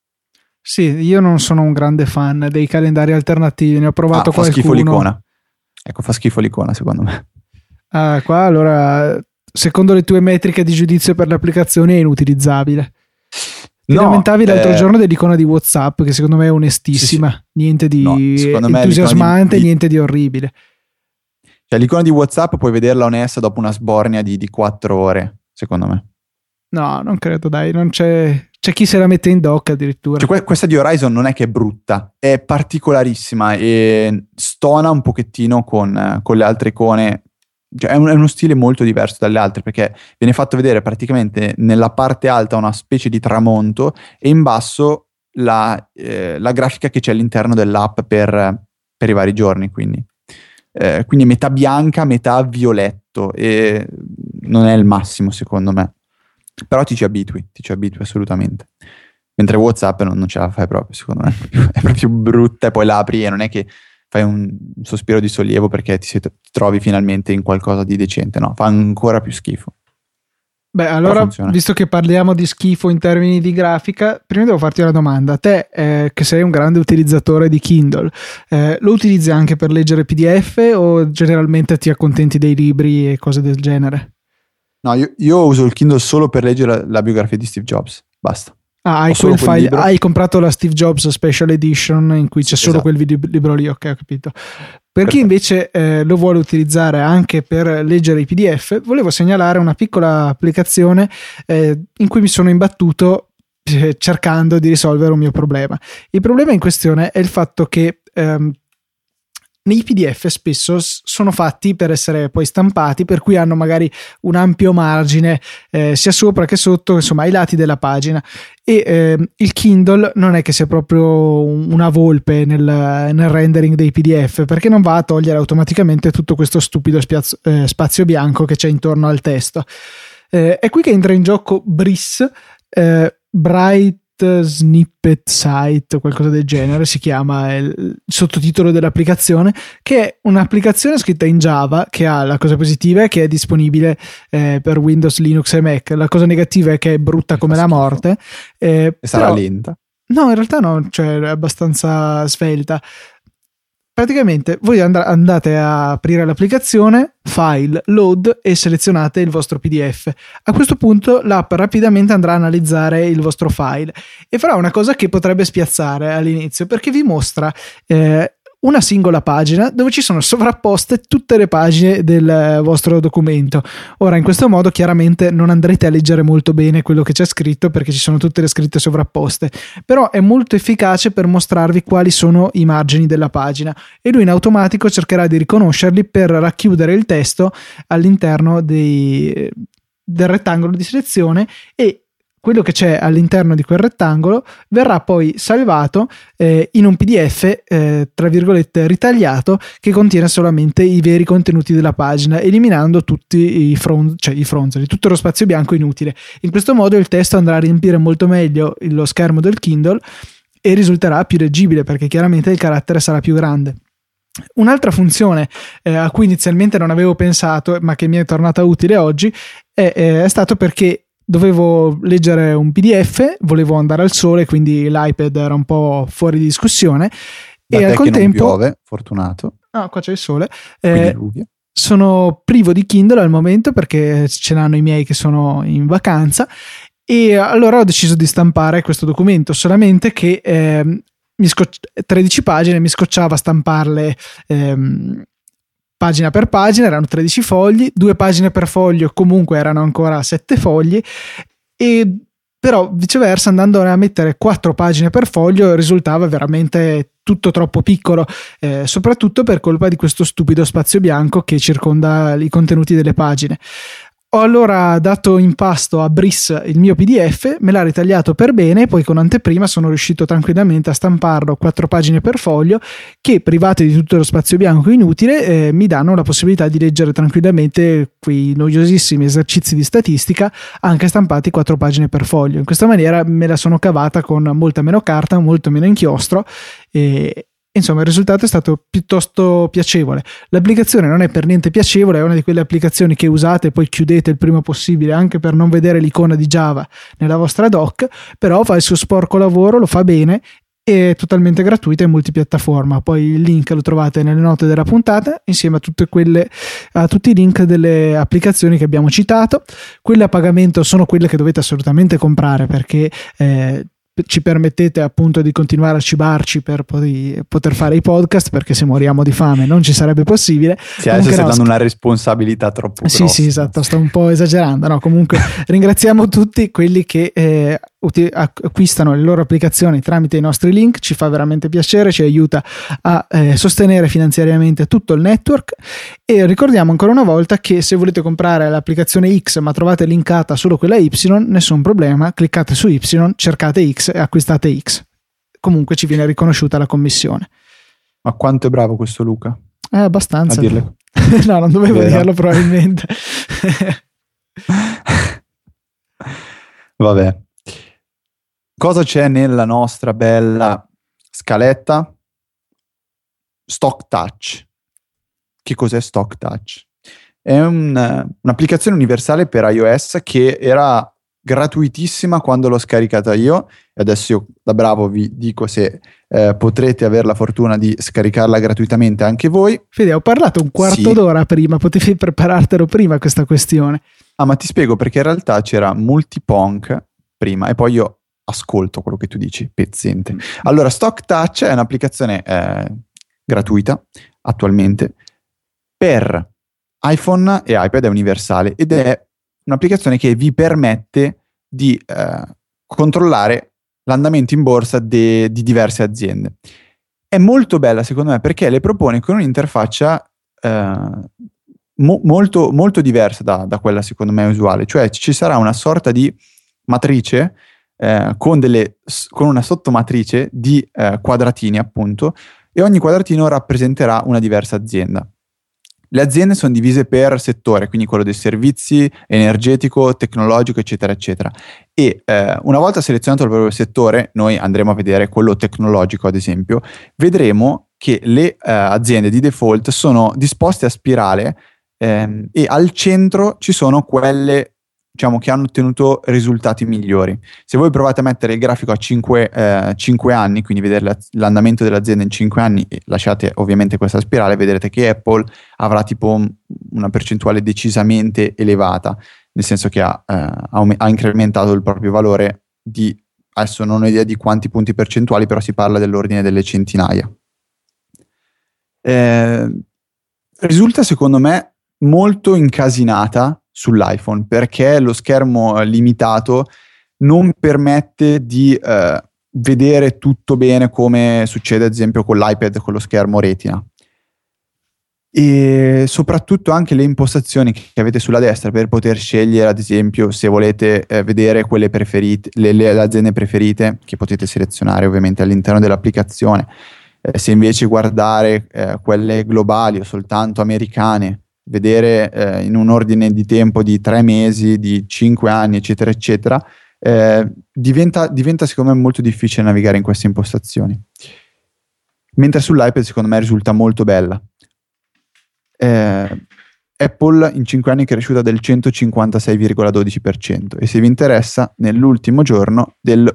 S1: Sì, io non sono un grande fan dei calendari alternativi, ne ho provato qualcuno. Fa schifo l'icona.
S2: Ecco, fa schifo l'icona secondo me.
S1: Qua allora, secondo le tue metriche di giudizio per l'applicazione è inutilizzabile. Ti lamentavi l'altro giorno dell'icona di WhatsApp, che secondo me è onestissima, sì. Niente di entusiasmante, niente di orribile.
S2: Cioè, l'icona di WhatsApp puoi vederla onesta dopo una sbornia di 4 ore, secondo me.
S1: No, non credo, dai, non c'è chi se la mette in dock addirittura.
S2: Cioè, questa di Horizon non è che è brutta, è particolarissima e stona un pochettino con le altre icone. Cioè, è uno stile molto diverso dalle altre, perché viene fatto vedere praticamente nella parte alta una specie di tramonto e in basso la grafica che c'è all'interno dell'app per i vari giorni, quindi metà bianca, metà violetto, e non è il massimo secondo me. Però ti ci abitui assolutamente. Mentre WhatsApp non ce la fai proprio, secondo me. È proprio brutta, e poi la apri e non è che fai un sospiro di sollievo perché ti trovi finalmente in qualcosa di decente. No, fa ancora più schifo.
S1: Beh, allora, visto che parliamo di schifo in termini di grafica, prima devo farti una domanda. Te, che sei un grande utilizzatore di Kindle, lo utilizzi anche per leggere PDF o generalmente ti accontenti dei libri e cose del genere?
S2: No, io uso il Kindle solo per leggere la biografia di Steve Jobs, basta.
S1: Hai quel file, hai comprato la Steve Jobs Special Edition in cui c'è solo quel libro lì, ok, ho capito. Per chi invece lo vuole utilizzare anche per leggere i PDF, volevo segnalare una piccola applicazione in cui mi sono imbattuto cercando di risolvere un mio problema. Il problema in questione è il fatto che nei PDF spesso sono fatti per essere poi stampati, per cui hanno magari un ampio margine sia sopra che sotto, insomma ai lati della pagina, e il Kindle non è che sia proprio una volpe nel rendering dei PDF, perché non va a togliere automaticamente tutto questo stupido spazio bianco che c'è intorno al testo. È qui che entra in gioco Briss, Bright Snippet Site o qualcosa del genere si chiama il sottotitolo dell'applicazione, che è un'applicazione scritta in Java, che ha la cosa positiva è che è disponibile per Windows, Linux e Mac. La cosa negativa è che è brutta come la morte,
S2: e sarà lenta.
S1: No, in realtà no, cioè è abbastanza svelta. Praticamente voi andate a aprire l'applicazione, file, load e selezionate il vostro PDF. A questo punto l'app rapidamente andrà a analizzare il vostro file e farà una cosa che potrebbe spiazzare all'inizio, perché vi mostra una singola pagina dove ci sono sovrapposte tutte le pagine del vostro documento. Ora, in questo modo chiaramente non andrete a leggere molto bene quello che c'è scritto, perché ci sono tutte le scritte sovrapposte, però è molto efficace per mostrarvi quali sono i margini della pagina, e lui in automatico cercherà di riconoscerli per racchiudere il testo all'interno del rettangolo di selezione, e quello che c'è all'interno di quel rettangolo verrà poi salvato in un PDF tra virgolette ritagliato, che contiene solamente i veri contenuti della pagina, eliminando tutti i fronzoli, tutto lo spazio bianco inutile. In questo modo il testo andrà a riempire molto meglio lo schermo del Kindle e risulterà più leggibile, perché chiaramente il carattere sarà più grande. Un'altra funzione a cui inizialmente non avevo pensato, ma che mi è tornata utile oggi, è stato perché dovevo leggere un PDF, volevo andare al sole, quindi l'iPad era un po' fuori di discussione, e al contempo
S2: non piove, fortunato.
S1: No, qua c'è il sole. Sono privo di Kindle al momento perché ce l'hanno i miei che sono in vacanza, e allora ho deciso di stampare questo documento, solamente che 13 pagine mi scocciava stamparle pagina per pagina, erano 13 fogli, 2 pagine per foglio comunque erano ancora 7 fogli, e però viceversa andando a mettere 4 pagine per foglio risultava veramente tutto troppo piccolo, soprattutto per colpa di questo stupido spazio bianco che circonda i contenuti delle pagine. Ho allora dato in pasto a Briss il mio PDF, me l'ha ritagliato per bene, e poi con anteprima sono riuscito tranquillamente a stamparlo 4 pagine per foglio, che private di tutto lo spazio bianco inutile mi danno la possibilità di leggere tranquillamente quei noiosissimi esercizi di statistica anche stampati 4 pagine per foglio. In questa maniera me la sono cavata con molta meno carta, molto meno inchiostro, e Insomma, il risultato è stato piuttosto piacevole. L'applicazione non è per niente piacevole, è una di quelle applicazioni che usate e poi chiudete il prima possibile anche per non vedere l'icona di Java nella vostra dock, però fa il suo sporco lavoro, lo fa bene, è totalmente gratuita e multipiattaforma. Poi il link lo trovate nelle note della puntata insieme a tutti i link delle applicazioni che abbiamo citato. Quelle a pagamento sono quelle che dovete assolutamente comprare, perché ci permettete appunto di continuare a cibarci per poter fare i podcast, perché se moriamo di fame non ci sarebbe possibile.
S2: Adesso stai dando una responsabilità troppo grossa.
S1: Sì, esatto, sto un po' esagerando. No, comunque ringraziamo tutti quelli che acquistano le loro applicazioni tramite i nostri link, ci fa veramente piacere, ci aiuta a sostenere finanziariamente tutto il network. E ricordiamo ancora una volta che se volete comprare l'applicazione X ma trovate linkata solo quella Y, nessun problema, cliccate su Y, cercate X e acquistate X. Comunque ci viene riconosciuta la commissione.
S2: Ma quanto è bravo questo Luca?
S1: Abbastanza.
S2: A dirle.
S1: No, non dovevo dirlo probabilmente.
S2: Vabbè. Cosa c'è nella nostra bella scaletta? Stock Touch. Che cos'è Stock Touch? È un'applicazione universale per iOS che era gratuitissima quando l'ho scaricata io, e adesso io da bravo vi dico se potrete avere la fortuna di scaricarla gratuitamente anche voi.
S1: Fede, ho parlato un quarto d'ora prima, potevi preparartelo prima questa questione.
S2: Ma ti spiego, perché in realtà c'era Multiponk prima e poi io ascolto quello che tu dici, pezzente. Allora, Stock Touch è un'applicazione gratuita attualmente per iPhone e iPad, è universale ed è un'applicazione che vi permette di controllare l'andamento in borsa di diverse aziende. È molto bella secondo me perché le propone con un'interfaccia molto, molto diversa da quella secondo me usuale, cioè ci sarà una sorta di matrice con una sottomatrice di quadratini appunto, e ogni quadratino rappresenterà una diversa azienda. Le aziende sono divise per settore, quindi quello dei servizi, energetico, tecnologico, eccetera, eccetera. E una volta selezionato il proprio settore, noi andremo a vedere quello tecnologico, ad esempio, vedremo che le aziende di default sono disposte a spirale e al centro ci sono quelle, diciamo, che hanno ottenuto risultati migliori. Se voi provate a mettere il grafico a 5 anni, quindi vedere l'andamento dell'azienda in 5 anni, e lasciate ovviamente questa spirale, vedrete che Apple avrà tipo una percentuale decisamente elevata, nel senso che ha incrementato il proprio valore di, adesso non ho idea di quanti punti percentuali, però si parla dell'ordine delle centinaia. Risulta secondo me molto incasinata sull'iPhone, perché lo schermo limitato non permette di vedere tutto bene, come succede ad esempio con l'iPad con lo schermo Retina, e soprattutto anche le impostazioni che avete sulla destra per poter scegliere, ad esempio, se volete vedere quelle preferite, le aziende preferite, che potete selezionare ovviamente all'interno dell'applicazione, se invece guardare quelle globali o soltanto americane, vedere in un ordine di tempo di 3 mesi, di 5 anni, eccetera, eccetera, diventa secondo me molto difficile navigare in queste impostazioni. Mentre sull'iPad secondo me risulta molto bella. Apple in 5 anni è cresciuta del 156,12% e se vi interessa nell'ultimo giorno del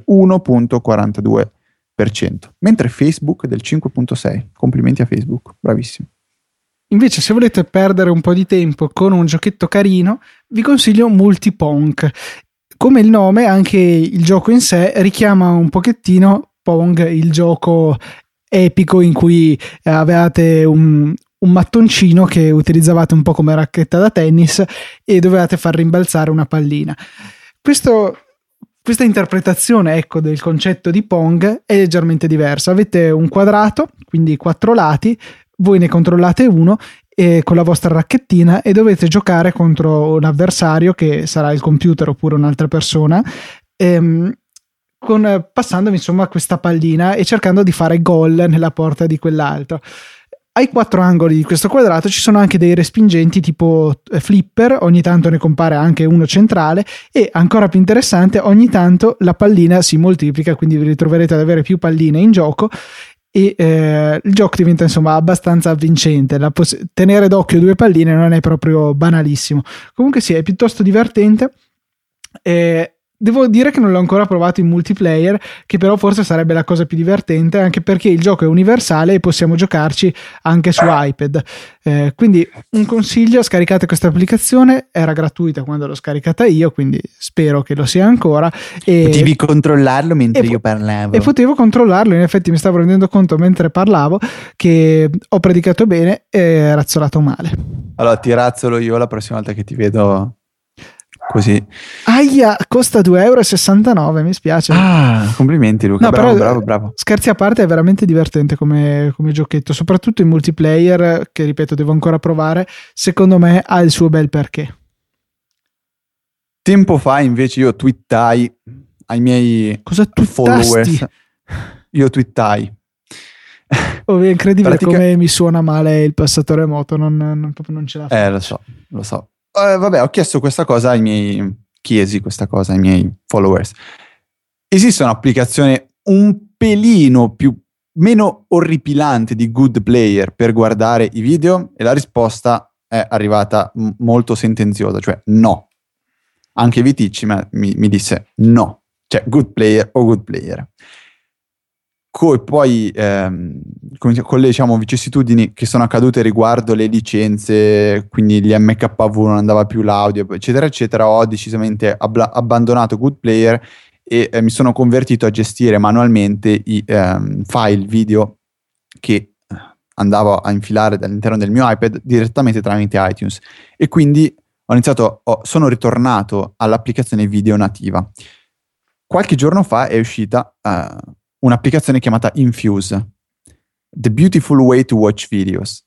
S2: 1,42%, mentre Facebook del 5,6%. Complimenti a Facebook, bravissimo.
S1: Invece, se volete perdere un po' di tempo con un giochetto carino, vi consiglio Multiponk. Come il nome, anche il gioco in sé richiama un pochettino Pong, il gioco epico in cui avevate un mattoncino che utilizzavate un po' come racchetta da tennis e dovevate far rimbalzare una pallina. Questa interpretazione, ecco, del concetto di Pong è leggermente diversa. Avete un quadrato, quindi 4 lati, voi ne controllate uno con la vostra racchettina e dovete giocare contro un avversario che sarà il computer oppure un'altra persona, passandovi insomma questa pallina e cercando di fare gol nella porta di quell'altro. Ai 4 angoli di questo quadrato ci sono anche dei respingenti tipo flipper, ogni tanto ne compare anche uno centrale e, ancora più interessante, ogni tanto la pallina si moltiplica, quindi vi ritroverete ad avere più palline in gioco e il gioco diventa insomma abbastanza avvincente. Tenere d'occhio 2 palline non è proprio banalissimo. Comunque sì, è piuttosto divertente. Devo dire che non l'ho ancora provato in multiplayer, che però forse sarebbe la cosa più divertente, anche perché il gioco è universale e possiamo giocarci anche su iPad. Quindi un consiglio: scaricate questa applicazione, era gratuita quando l'ho scaricata io, quindi spero che lo sia ancora.
S2: Potevi controllarlo mentre io parlavo.
S1: E potevo controllarlo, in effetti mi stavo rendendo conto mentre parlavo che ho predicato bene e razzolato male.
S2: Allora ti razzolo io la prossima volta che ti vedo. Così.
S1: Aia, costa 2,69 €, mi spiace.
S2: Complimenti Luca, no, bravo.
S1: Scherzi a parte, è veramente divertente come giochetto, soprattutto in multiplayer, che ripeto devo ancora provare. Secondo me ha il suo bel perché.
S2: Tempo fa invece io twittai ai miei followers. Io twittai.
S1: È incredibile come mi suona male il passatore remoto, non ce la faccio.
S2: Lo so. Vabbè, ho chiesto questa cosa ai miei followers. Esiste un'applicazione un pelino meno orripilante di Good Player per guardare i video? E la risposta è arrivata molto sentenziosa, cioè no. Anche Viticci mi disse no, cioè Good Player o Good Player. Poi con le vicissitudini che sono accadute riguardo le licenze, quindi gli MKV non andava più l'audio, eccetera eccetera, ho decisamente abbandonato Good Player e mi sono convertito a gestire manualmente i file video che andavo a infilare all'interno del mio iPad direttamente tramite iTunes, e quindi sono ritornato all'applicazione video nativa. Qualche giorno fa è uscita un'applicazione chiamata Infuse, The Beautiful Way to Watch Videos,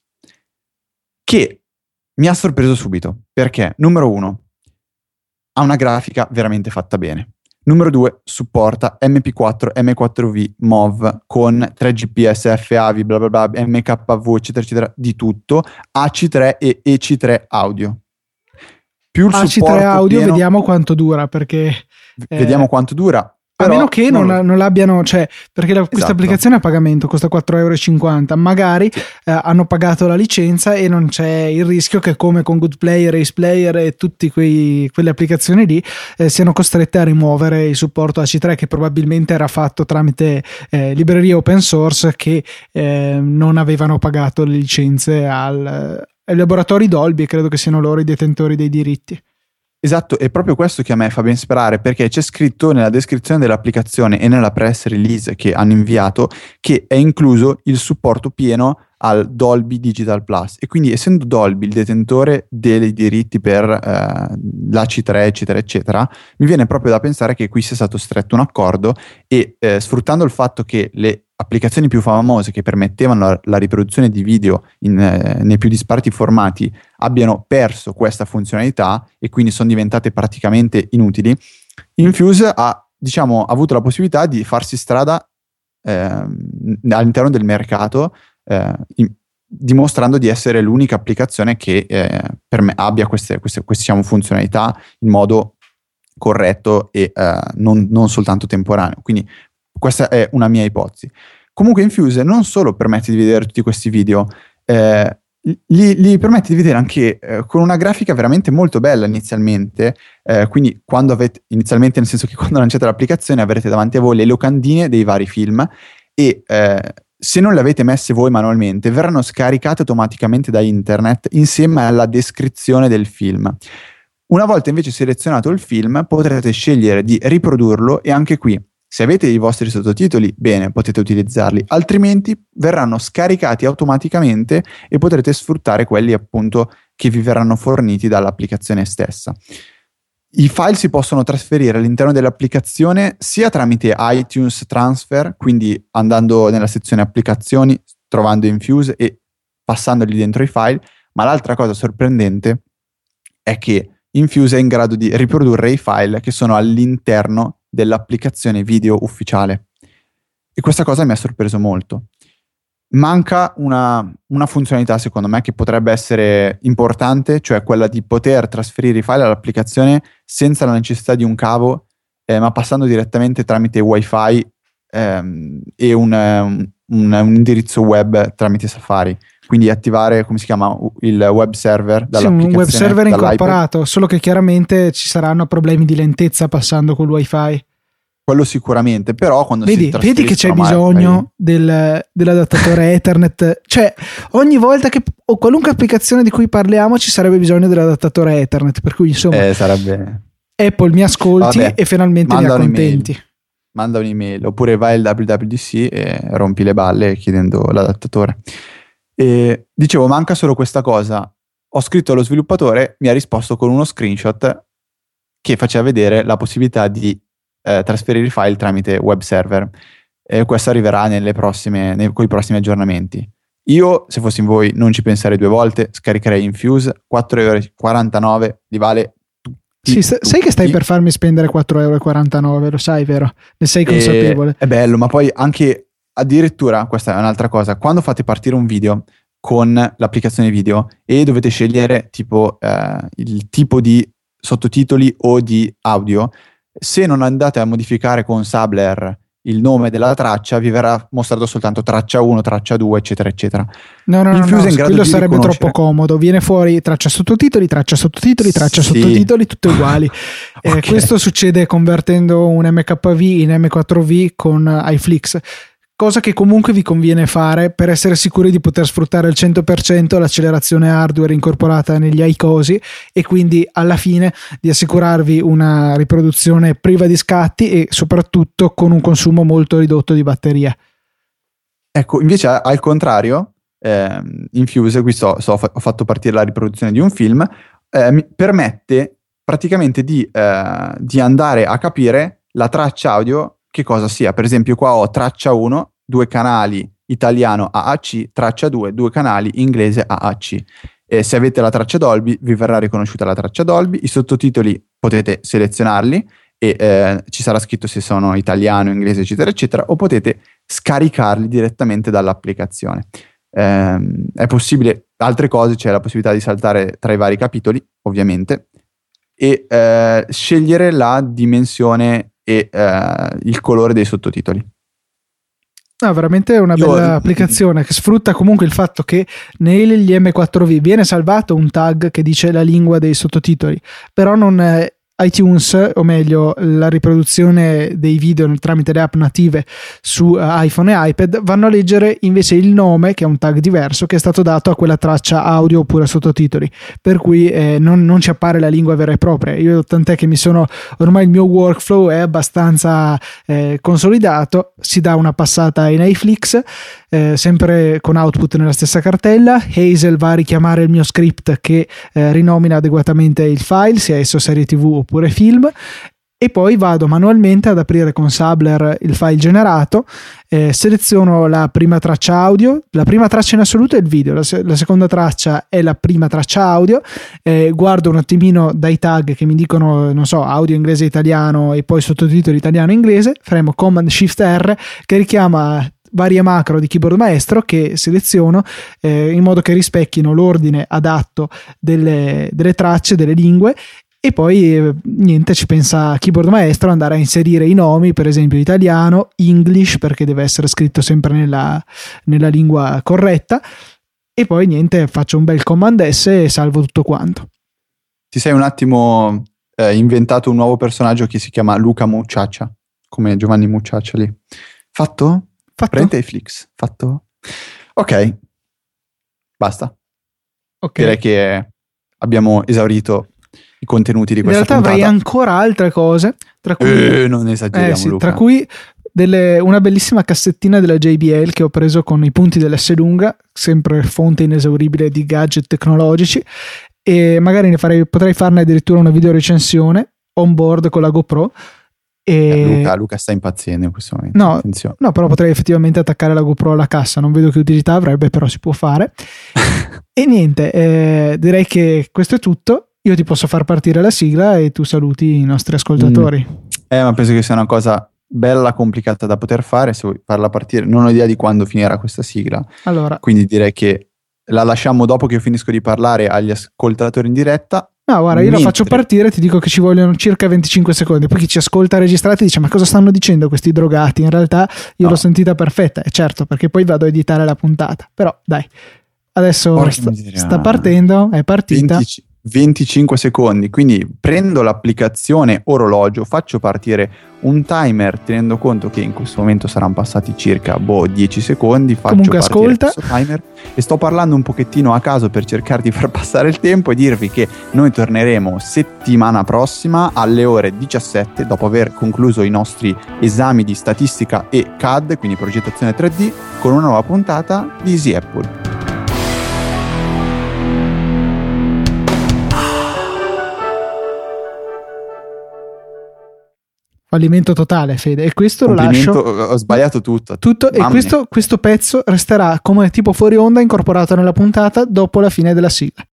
S2: che mi ha sorpreso subito, perché numero 1 ha una grafica veramente fatta bene, numero 2 supporta MP4, M4V, MOV con 3GP, SF, AVI, bla bla bla, MKV, eccetera eccetera, di tutto, AC3 e EC3 audio. Più il
S1: AC3 audio pieno, vediamo quanto dura, perché
S2: vediamo quanto dura.
S1: Però, a meno che non l'abbiano, cioè, perché questa applicazione a pagamento costa 4,50 €, magari hanno pagato la licenza e non c'è il rischio che, come con Good Player, Ace Player e tutte quelle applicazioni lì, siano costrette a rimuovere il supporto AC3, che probabilmente era fatto tramite librerie open source che non avevano pagato le licenze ai laboratori Dolby, credo che siano loro i detentori dei diritti.
S2: Esatto, è proprio questo che a me fa ben sperare, perché c'è scritto nella descrizione dell'applicazione e nella press release che hanno inviato che è incluso il supporto pieno al Dolby Digital Plus, e quindi, essendo Dolby il detentore dei diritti per l'AC3 eccetera eccetera, mi viene proprio da pensare che qui sia stato stretto un accordo e sfruttando il fatto che le applicazioni più famose che permettevano la riproduzione di video nei più disparati formati abbiano perso questa funzionalità e quindi sono diventate praticamente inutili, Infuse ha avuto la possibilità di farsi strada all'interno del mercato, dimostrando di essere l'unica applicazione che per me abbia queste funzionalità in modo corretto e non soltanto temporaneo. Quindi questa è una mia ipotesi. Comunque Infuse non solo permette di vedere tutti questi video, li permette di vedere anche con una grafica veramente molto bella inizialmente, quindi inizialmente, nel senso che quando lanciate l'applicazione avrete davanti a voi le locandine dei vari film e se non le avete messe voi manualmente verranno scaricate automaticamente da internet insieme alla descrizione del film. Una volta invece selezionato il film potrete scegliere di riprodurlo, e anche qui, se avete i vostri sottotitoli, bene, potete utilizzarli, altrimenti verranno scaricati automaticamente e potrete sfruttare quelli appunto che vi verranno forniti dall'applicazione stessa. I file si possono trasferire all'interno dell'applicazione sia tramite iTunes Transfer, quindi andando nella sezione applicazioni, trovando Infuse e passandoli dentro i file, ma l'altra cosa sorprendente è che Infuse è in grado di riprodurre i file che sono all'interno dell'applicazione video ufficiale, e questa cosa mi ha sorpreso molto. Manca una funzionalità secondo me che potrebbe essere importante, cioè quella di poter trasferire i file all'applicazione senza la necessità di un cavo, ma passando direttamente tramite wifi e un un indirizzo web tramite Safari. Quindi attivare, come si chiama, il web server dall'applicazione.
S1: Sì, un web server incorporato, solo che chiaramente ci saranno problemi di lentezza passando col wifi.
S2: Quello sicuramente, però quando
S1: vedi che c'è bisogno dell'adattatore Ethernet, cioè ogni volta che o qualunque applicazione di cui parliamo ci sarebbe bisogno dell'adattatore Ethernet, per cui insomma
S2: sarebbe...
S1: Apple mi ascolti e finalmente mi accontenti.
S2: Manda un'email oppure vai al WWDC e rompi le balle chiedendo l'adattatore. E dicevo, manca solo questa cosa. Ho scritto allo sviluppatore, mi ha risposto con uno screenshot che faceva vedere la possibilità di trasferire i file tramite web server, e questo arriverà con i prossimi aggiornamenti. Io, se fossi in voi, non ci penserei due volte, scaricherei Infuse, 4,49 €, li vale tutti.
S1: Sì, sai che stai per farmi spendere 4,49 €, lo sai, vero? Ne sei consapevole?
S2: È bello, ma poi anche addirittura, questa è un'altra cosa, quando fate partire un video con l'applicazione video e dovete scegliere tipo il tipo di sottotitoli o di audio, se non andate a modificare con Sabler il nome della traccia, vi verrà mostrato soltanto traccia 1, traccia 2, eccetera, eccetera.
S1: No, quello sarebbe troppo comodo. Viene fuori traccia sottotitoli, sottotitoli, tutte uguali. Okay. Questo succede convertendo un MKV in M4V con iFlix. Cosa che comunque vi conviene fare per essere sicuri di poter sfruttare al 100% l'accelerazione hardware incorporata negli iCosi e quindi alla fine di assicurarvi una riproduzione priva di scatti e soprattutto con un consumo molto ridotto di batteria.
S2: Ecco, invece al contrario, Infuse, qui ho fatto partire la riproduzione di un film, mi permette praticamente di andare a capire la traccia audio che cosa sia. Per esempio qua ho traccia 1, 2 canali italiano AAC, traccia 2, 2 canali inglese AAC. Se avete la traccia Dolby vi verrà riconosciuta la traccia Dolby, i sottotitoli potete selezionarli e ci sarà scritto se sono italiano, inglese, eccetera, eccetera, o potete scaricarli direttamente dall'applicazione. È possibile, altre cose, c'è la possibilità di saltare tra i vari capitoli, ovviamente, e scegliere la dimensione e il colore dei sottotitoli.
S1: No, veramente è una bella applicazione che sfrutta comunque il fatto che negli M4V viene salvato un tag che dice la lingua dei sottotitoli, però non iTunes, o meglio la riproduzione dei video tramite le app native su iPhone e iPad, vanno a leggere invece il nome, che è un tag diverso, che è stato dato a quella traccia audio oppure sottotitoli, per cui non ci appare la lingua vera e propria. Io tant'è che ormai il mio workflow è abbastanza consolidato, si dà una passata in iFlix, sempre con output nella stessa cartella. Hazel va a richiamare il mio script che rinomina adeguatamente il file, sia esso serie TV oppure film, e poi vado manualmente ad aprire con Sabler il file generato, seleziono la prima traccia audio, la prima traccia in assoluto è il video, la seconda traccia è la prima traccia audio, guardo un attimino dai tag che mi dicono, non so, audio inglese italiano e poi sottotitoli italiano inglese, faremo Command Shift R che richiama varie macro di keyboard maestro che seleziono in modo che rispecchino l'ordine adatto delle tracce, delle lingue, e poi niente, ci pensa keyboard maestro andare a inserire i nomi, per esempio italiano, English perché deve essere scritto sempre nella lingua corretta, e poi niente, faccio un bel Command S e salvo tutto quanto.
S2: Ti sei un attimo inventato un nuovo personaggio che si chiama Luca Mucciaccia, come Giovanni Mucciaccia lì. Fatto? Prende i Flix. Fatto? Ok. Basta.
S1: Okay.
S2: Direi che abbiamo esaurito i contenuti di questa puntata.
S1: In realtà avrei ancora altre cose, tra cui
S2: non esageriamo,
S1: sì,
S2: Luca.
S1: tra cui una bellissima cassettina della JBL che ho preso con i punti dell'S lunga, sempre fonte inesauribile di gadget tecnologici, e magari potrei farne addirittura una video recensione on board con la GoPro.
S2: Luca sta impazzendo in questo momento.
S1: No, però potrei effettivamente attaccare la GoPro alla cassa, non vedo che utilità avrebbe, però si può fare. E niente, direi che questo è tutto. Io ti posso far partire la sigla e tu saluti i nostri ascoltatori.
S2: Ma penso che sia una cosa bella, complicata da poter fare. Se vuoi farla partire, non ho idea di quando finirà questa sigla, quindi direi che la lasciamo dopo che io finisco di parlare agli ascoltatori in diretta.
S1: No, guarda, io la faccio partire, ti dico che ci vogliono circa 25 secondi. Poi chi ci ascolta registrati dice: ma cosa stanno dicendo questi drogati? In realtà io l'ho sentita perfetta, e certo, perché poi vado a editare la puntata. Però dai, adesso sta partendo, è partita.
S2: 25 secondi, quindi prendo l'applicazione orologio, faccio partire un timer tenendo conto che in questo momento saranno passati circa 10 secondi, faccio
S1: comunque
S2: partire
S1: ascolta
S2: questo timer e sto parlando un pochettino a caso per cercare di far passare il tempo e dirvi che noi torneremo settimana prossima alle ore 17 dopo aver concluso i nostri esami di statistica e CAD, quindi progettazione 3D, con una nuova puntata di Easy Apple.
S1: Fallimento totale, Fede, e questo lo lascio.
S2: Ho sbagliato tutto
S1: e questo pezzo resterà come tipo fuori onda incorporato nella puntata dopo la fine della sigla.